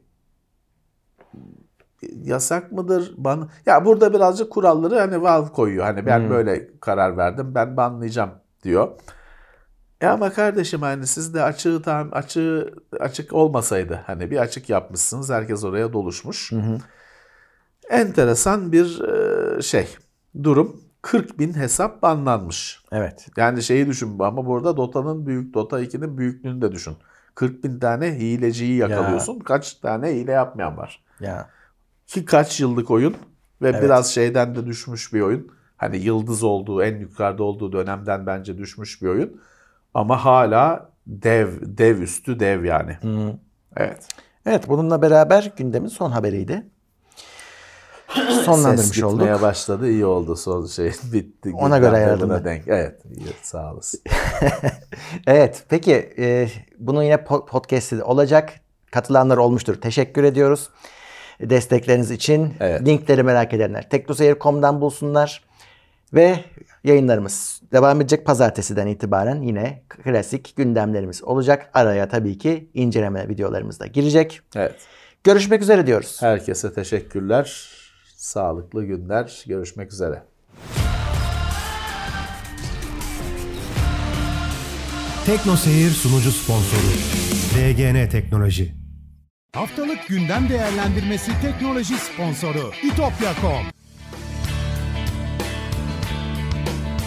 [SPEAKER 5] yasak mıdır? Ya burada birazcık kuralları hani Valve koyuyor. Hani ben böyle karar verdim. Ben banlayacağım diyor. Ama kardeşim hani siz de açık olmasaydı, hani bir açık yapmışsınız, herkes oraya doluşmuş. Enteresan bir durum. 40.000 hesap banlanmış.
[SPEAKER 4] Evet.
[SPEAKER 5] Yani düşün ama burada Dota 2'nin büyüklüğünü de düşün. 40.000 tane hileciyi yakalıyorsun. Kaç tane hile yapmayan var.
[SPEAKER 4] Ya.
[SPEAKER 5] Ki kaç yıllık oyun ve biraz şeyden de düşmüş bir oyun. Hani yıldız olduğu, en yukarıda olduğu dönemden bence düşmüş bir oyun. Ama hala dev üstü dev yani. Evet.
[SPEAKER 4] Evet, bununla beraber gündemin son haberiydi. Sonlandırmış
[SPEAKER 5] Ses
[SPEAKER 4] olduk.
[SPEAKER 5] gitmeye başladı, iyi oldu, son bitti.
[SPEAKER 4] Ona göre ayarladım.
[SPEAKER 5] Evet, iyi, sağ olasın.
[SPEAKER 4] Evet, peki bunun yine podcast'i olacak. Katılanlar olmuştur. Teşekkür ediyoruz destekleriniz için.
[SPEAKER 5] Evet.
[SPEAKER 4] Linkleri merak edenler teknoseyir.com'dan bulsunlar. Ve yayınlarımız devam edecek. Pazartesiden itibaren yine klasik gündemlerimiz olacak. Araya tabii ki inceleme videolarımız da girecek.
[SPEAKER 5] Evet.
[SPEAKER 4] Görüşmek üzere diyoruz.
[SPEAKER 5] Herkese teşekkürler. Sağlıklı günler. Görüşmek üzere.
[SPEAKER 3] TeknoSeyir sunucu sponsoru DGN Teknoloji.
[SPEAKER 2] Haftalık gündem değerlendirmesi teknoloji sponsoru itopya.com.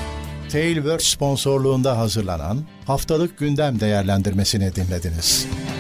[SPEAKER 1] Tailwords sponsorluğunda hazırlanan haftalık gündem değerlendirmesini dinlediniz.